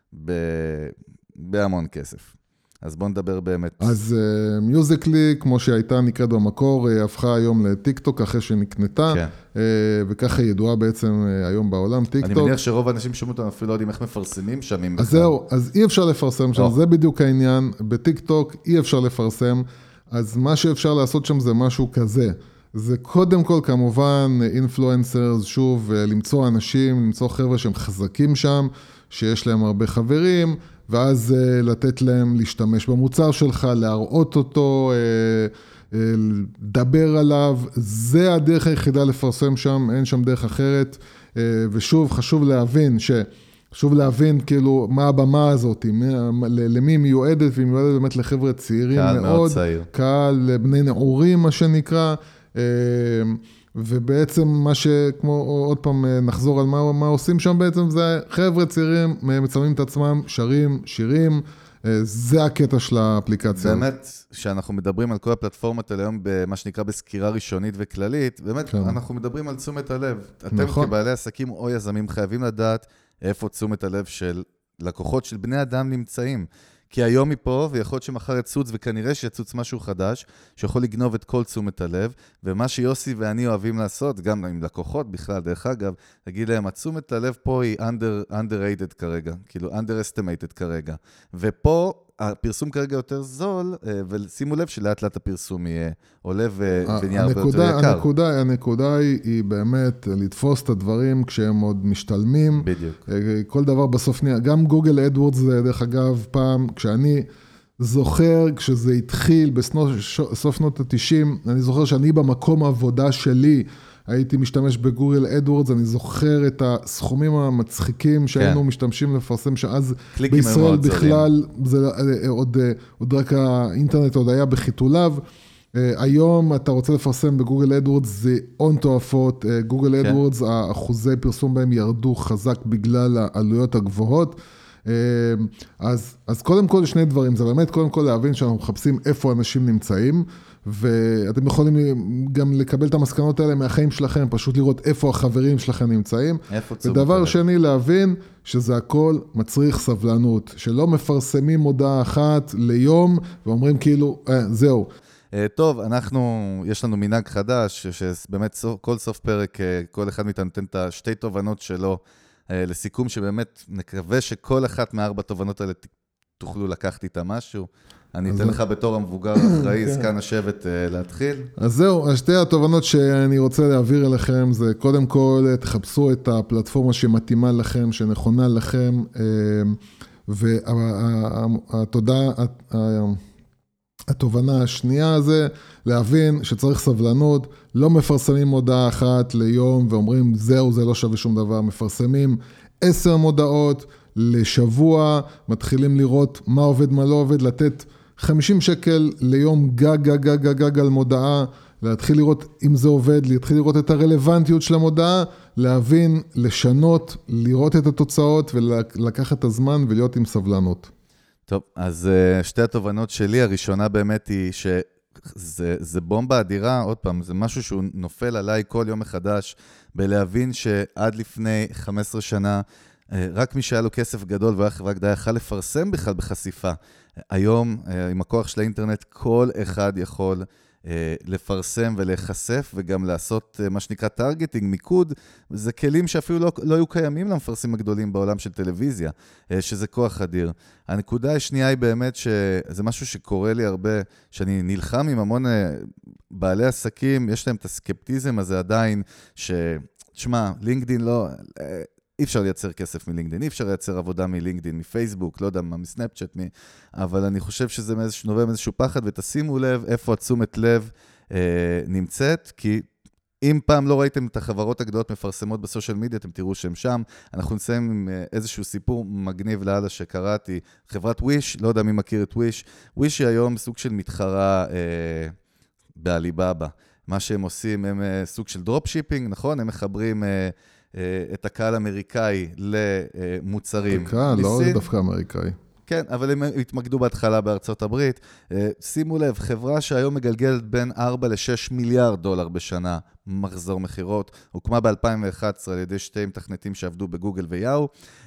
בהמון כסף. אז בואו נדבר באמת. אז מיוזיקלי, כמו שהייתה נקראת במקור, הפכה היום לטיקטוק אחרי שנקנתה, כן. וככה היא ידועה בעצם היום בעולם, טיקטוק. אני מניח שרוב האנשים שומעים אותם אפילו לא יודעים איך מפרסמים שם. אז זהו, אז אי אפשר לפרסם שם, זה בדיוק העניין. בטיקטוק אי אפשר לפרסם, אז מה שאפשר לעשות שם זה משהו כזה. זה קודם כל כמובן אינפלואנסרס, שוב, למצוא אנשים, למצוא חבר'ה שהם חזקים שם, שיש להם הרבה חברים, ואז לתת להם להשתמש במוצר שלך, להראות אותו, לדבר עליו, זה הדרך היחידה לפרסם שם, אין שם דרך אחרת, ושוב חשוב להבין ש... חשוב להבין כאילו מה הבמה הזאת, למי מיועדת, והיא מיועדת באמת לחבר'ה צעירים מאוד, קהל מאוד צעיר. קהל בני נעורים מה שנקרא, ובעצם מה שכמו עוד פעם נחזור על מה, מה עושים שם בעצם, זה חבר'ה צעירים מצלמים את עצמם, שרים, שירים, זה הקטע של האפליקציה. באמת, שאנחנו מדברים על כל הפלטפורמות האלה היום במה שנקרא בסקירה ראשונית וכללית, באמת כן. אנחנו מדברים על תשומת הלב. אתם נכון. כבעלי עסקים או יזמים חייבים לדעת איפה תשומת הלב של לקוחות של בני אדם נמצאים. כי היום מפה, ויכול להיות שמחר יצוץ, וכנראה שיצוץ משהו חדש, שיכול לגנוב את כל תשומת הלב, ומה שיוסי ואני אוהבים לעשות, גם עם לקוחות בכלל, דרך אגב, להגיד להם, התשומת הלב פה היא under, underrated כרגע, כאילו underestimated כרגע. ופה, הפרסום כרגע יותר זול, ושימו לב שלאט לאט הפרסום יהיה עולה ונהיה הרבה יותר יקר. הנקודה, הנקודה היא, היא באמת לתפוס את הדברים כשהם עוד משתלמים. בדיוק. כל דבר בסוף נהיה, גם גוגל אדוורדס, דרך אגב, פעם, כשאני זוכר, כשזה התחיל בסוף שנות ה-תשעים, אני זוכר שאני במקום העבודה שלי, הייתי משתמש בגוגל אדוורדס, אני זוכר את הסכומים המצחיקים שהיינו כן. משתמשים לפרסם, שאז בישראל בכלל, זה עוד, עוד רק האינטרנט עוד היה בחיתוליו, היום אתה רוצה לפרסם בגוגל אדוורדס, זה הון תועפות, גוגל כן. אדוורדס, האחוזי פרסום בהם ירדו חזק בגלל העלויות הגבוהות, אז, אז קודם כל שני דברים, זה באמת קודם כל להבין שאנחנו מחפשים איפה אנשים נמצאים, ואתם יכולים גם לקבל את המסקנות האלה מהחיים שלכם, פשוט לראות איפה החברים שלכם נמצאים. ודבר שני, להבין שזה הכל מצריך סבלנות, שלא מפרסמים הודעה אחת ליום, ואומרים כאילו, אה, זהו. טוב, אנחנו, יש לנו מנהג חדש, שבאמת כל סוף פרק, כל אחד מאיתנו נותן את השתי תובנות שלו, לסיכום שבאמת נקווה שכל אחת מארבע תובנות האלה תוכלו לקחת איתה משהו. אני אתן לך בתור המבוגר האחראי, זקן השבט להתחיל. אז זהו, השתי התובנות שאני רוצה להעביר אליכם, זה קודם כל תחפשו את הפלטפורמה שמתאימה לכם, שנכונה לכם, והתודה, התובנה השנייה זה להבין שצריך סבלנות, לא מפרסמים מודעה אחת ליום ואומרים זהו, זה לא שווה שום דבר, מפרסמים עשר מודעות לשבוע, מתחילים לראות מה עובד, מה לא עובד, לתת חמישים שקל ליום גג, גג, גג, גג על מודעה, להתחיל לראות אם זה עובד, להתחיל לראות את הרלוונטיות של המודעה, להבין, לשנות, לראות את התוצאות ולקחת את הזמן ולהיות עם סבלנות. טוב, אז שתי התובנות שלי, הראשונה באמת היא שזה זה בומבה אדירה, עוד פעם, זה משהו שהוא נופל עליי כל יום מחדש, בלהבין שעד לפני חמש עשרה שנה, רק מי שהיה לו כסף גדול והיה חברה גדולה יכל לפרסם בכלל בחשיפה. היום, עם הכוח של האינטרנט, כל אחד יכול לפרסם ולהיחשף, וגם לעשות מה שנקרא טרגטינג, מיקוד, זה כלים שאפילו לא, לא היו קיימים למפרסמים הגדולים בעולם של טלוויזיה, שזה כוח אדיר. הנקודה השנייה היא באמת שזה משהו שקורה לי הרבה, שאני נלחם עם המון בעלי עסקים, יש להם את הסקפטיזם הזה עדיין, ששמע, לינקדין לא... אי אפשר לייצר כסף מלינקדין, אי אפשר לייצר עבודה מלינקדין, מפייסבוק, לא יודע מה, מסנאפצ'אט, מ... אבל אני חושב שזה מאיזשהו נובע מאיזשהו פחד, ותשימו לב איפה התשומת לב אה, נמצאת, כי אם פעם לא ראיתם את החברות הגדולות מפרסמות בסושיאל מדיה, אתם תראו שהם שם. אנחנו נסיים עם איזשהו סיפור מגניב להלאה שקראתי, חברת וויש, לא יודע מי מכיר את וויש, וויש היא היום סוג של מתחרה אה, באליבאבא. מה שהם עושים הם אה, סוג של דרופשיפינג, נכון? הם מחברים... אה, את הקהל האמריקאי למוצרים. הקהל, לא דווקא אמריקאי. כן, אבל הם התמקדו בהתחלה בארצות הברית. שימו לב, חברה שהיום מגלגלת בין ארבע לשש מיליארד דולר בשנה מחזור מחירות, הוקמה ב-אלפיים ואחת עשרה על ידי שתי מתכנתים שעבדו בגוגל ויאו.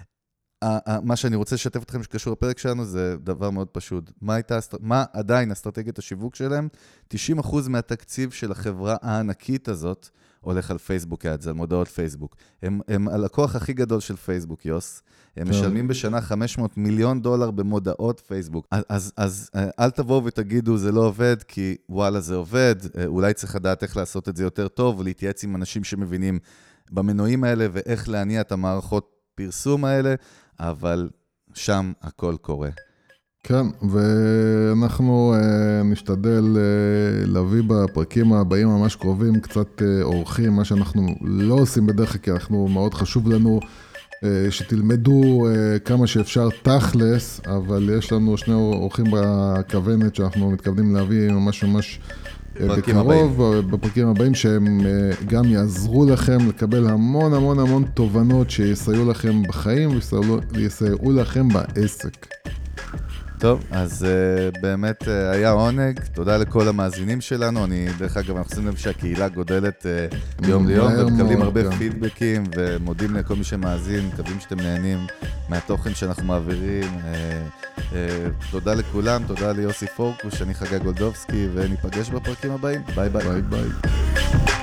מה שאני רוצה לשתף אתכם שקשור לפרק שלנו זה דבר מאוד פשוט. מה, הייתה, מה עדיין אסטרטגיית השיווק שלהם? תשעים אחוז מהתקציב של החברה הענקית הזאת הולך על פייסבוק, על מודעות פייסבוק. הם, הם הלקוח הכי גדול של פייסבוק, יוס. הם משלמים בשנה חמש מאות מיליון דולר במודעות פייסבוק. אז, אז, אז אל תבואו ותגידו, זה לא עובד, כי וואלה זה עובד. אולי צריך לדעת איך לעשות את זה יותר טוב, ולהתייעץ עם אנשים שמבינים במנועים האלה, ואיך להניע את המערכות פרסום האלה, אבל שם הכל קורה. כן, ואנחנו uh, נשתדל uh, להביא בפרקים הבאים ממש קרובים קצת uh, אורחים, מה שאנחנו לא עושים בדרך כלל, כי אנחנו מאוד חשוב לנו uh, שתלמדו uh, כמה שאפשר תכלס, אבל יש לנו שני אורחים בכוונת שאנחנו מתכוונים להביא ממש ממש uh, בקרוב, הבאים. בפרקים הבאים, שהם uh, גם יעזרו לכם לקבל המון המון המון תובנות שיסייעו לכם בחיים ויסייעו לכם בעסק. טוב, אז uh, באמת uh, היה עונג, תודה לכל המאזינים שלנו, אני דרך אגב, אנחנו עושים לב שהקהילה גודלת uh, יום ליום, ומקבלים הרבה גם. פידבקים, ומודים לכל מי שמאזין, מקווים שאתם נהנים מהתוכן שאנחנו מעבירים, uh, uh, תודה לכולם, תודה ליוסי פורקוש, אני חגי גולדובסקי, וניפגש בפרקים הבאים, ביי ביי. ביי ביי.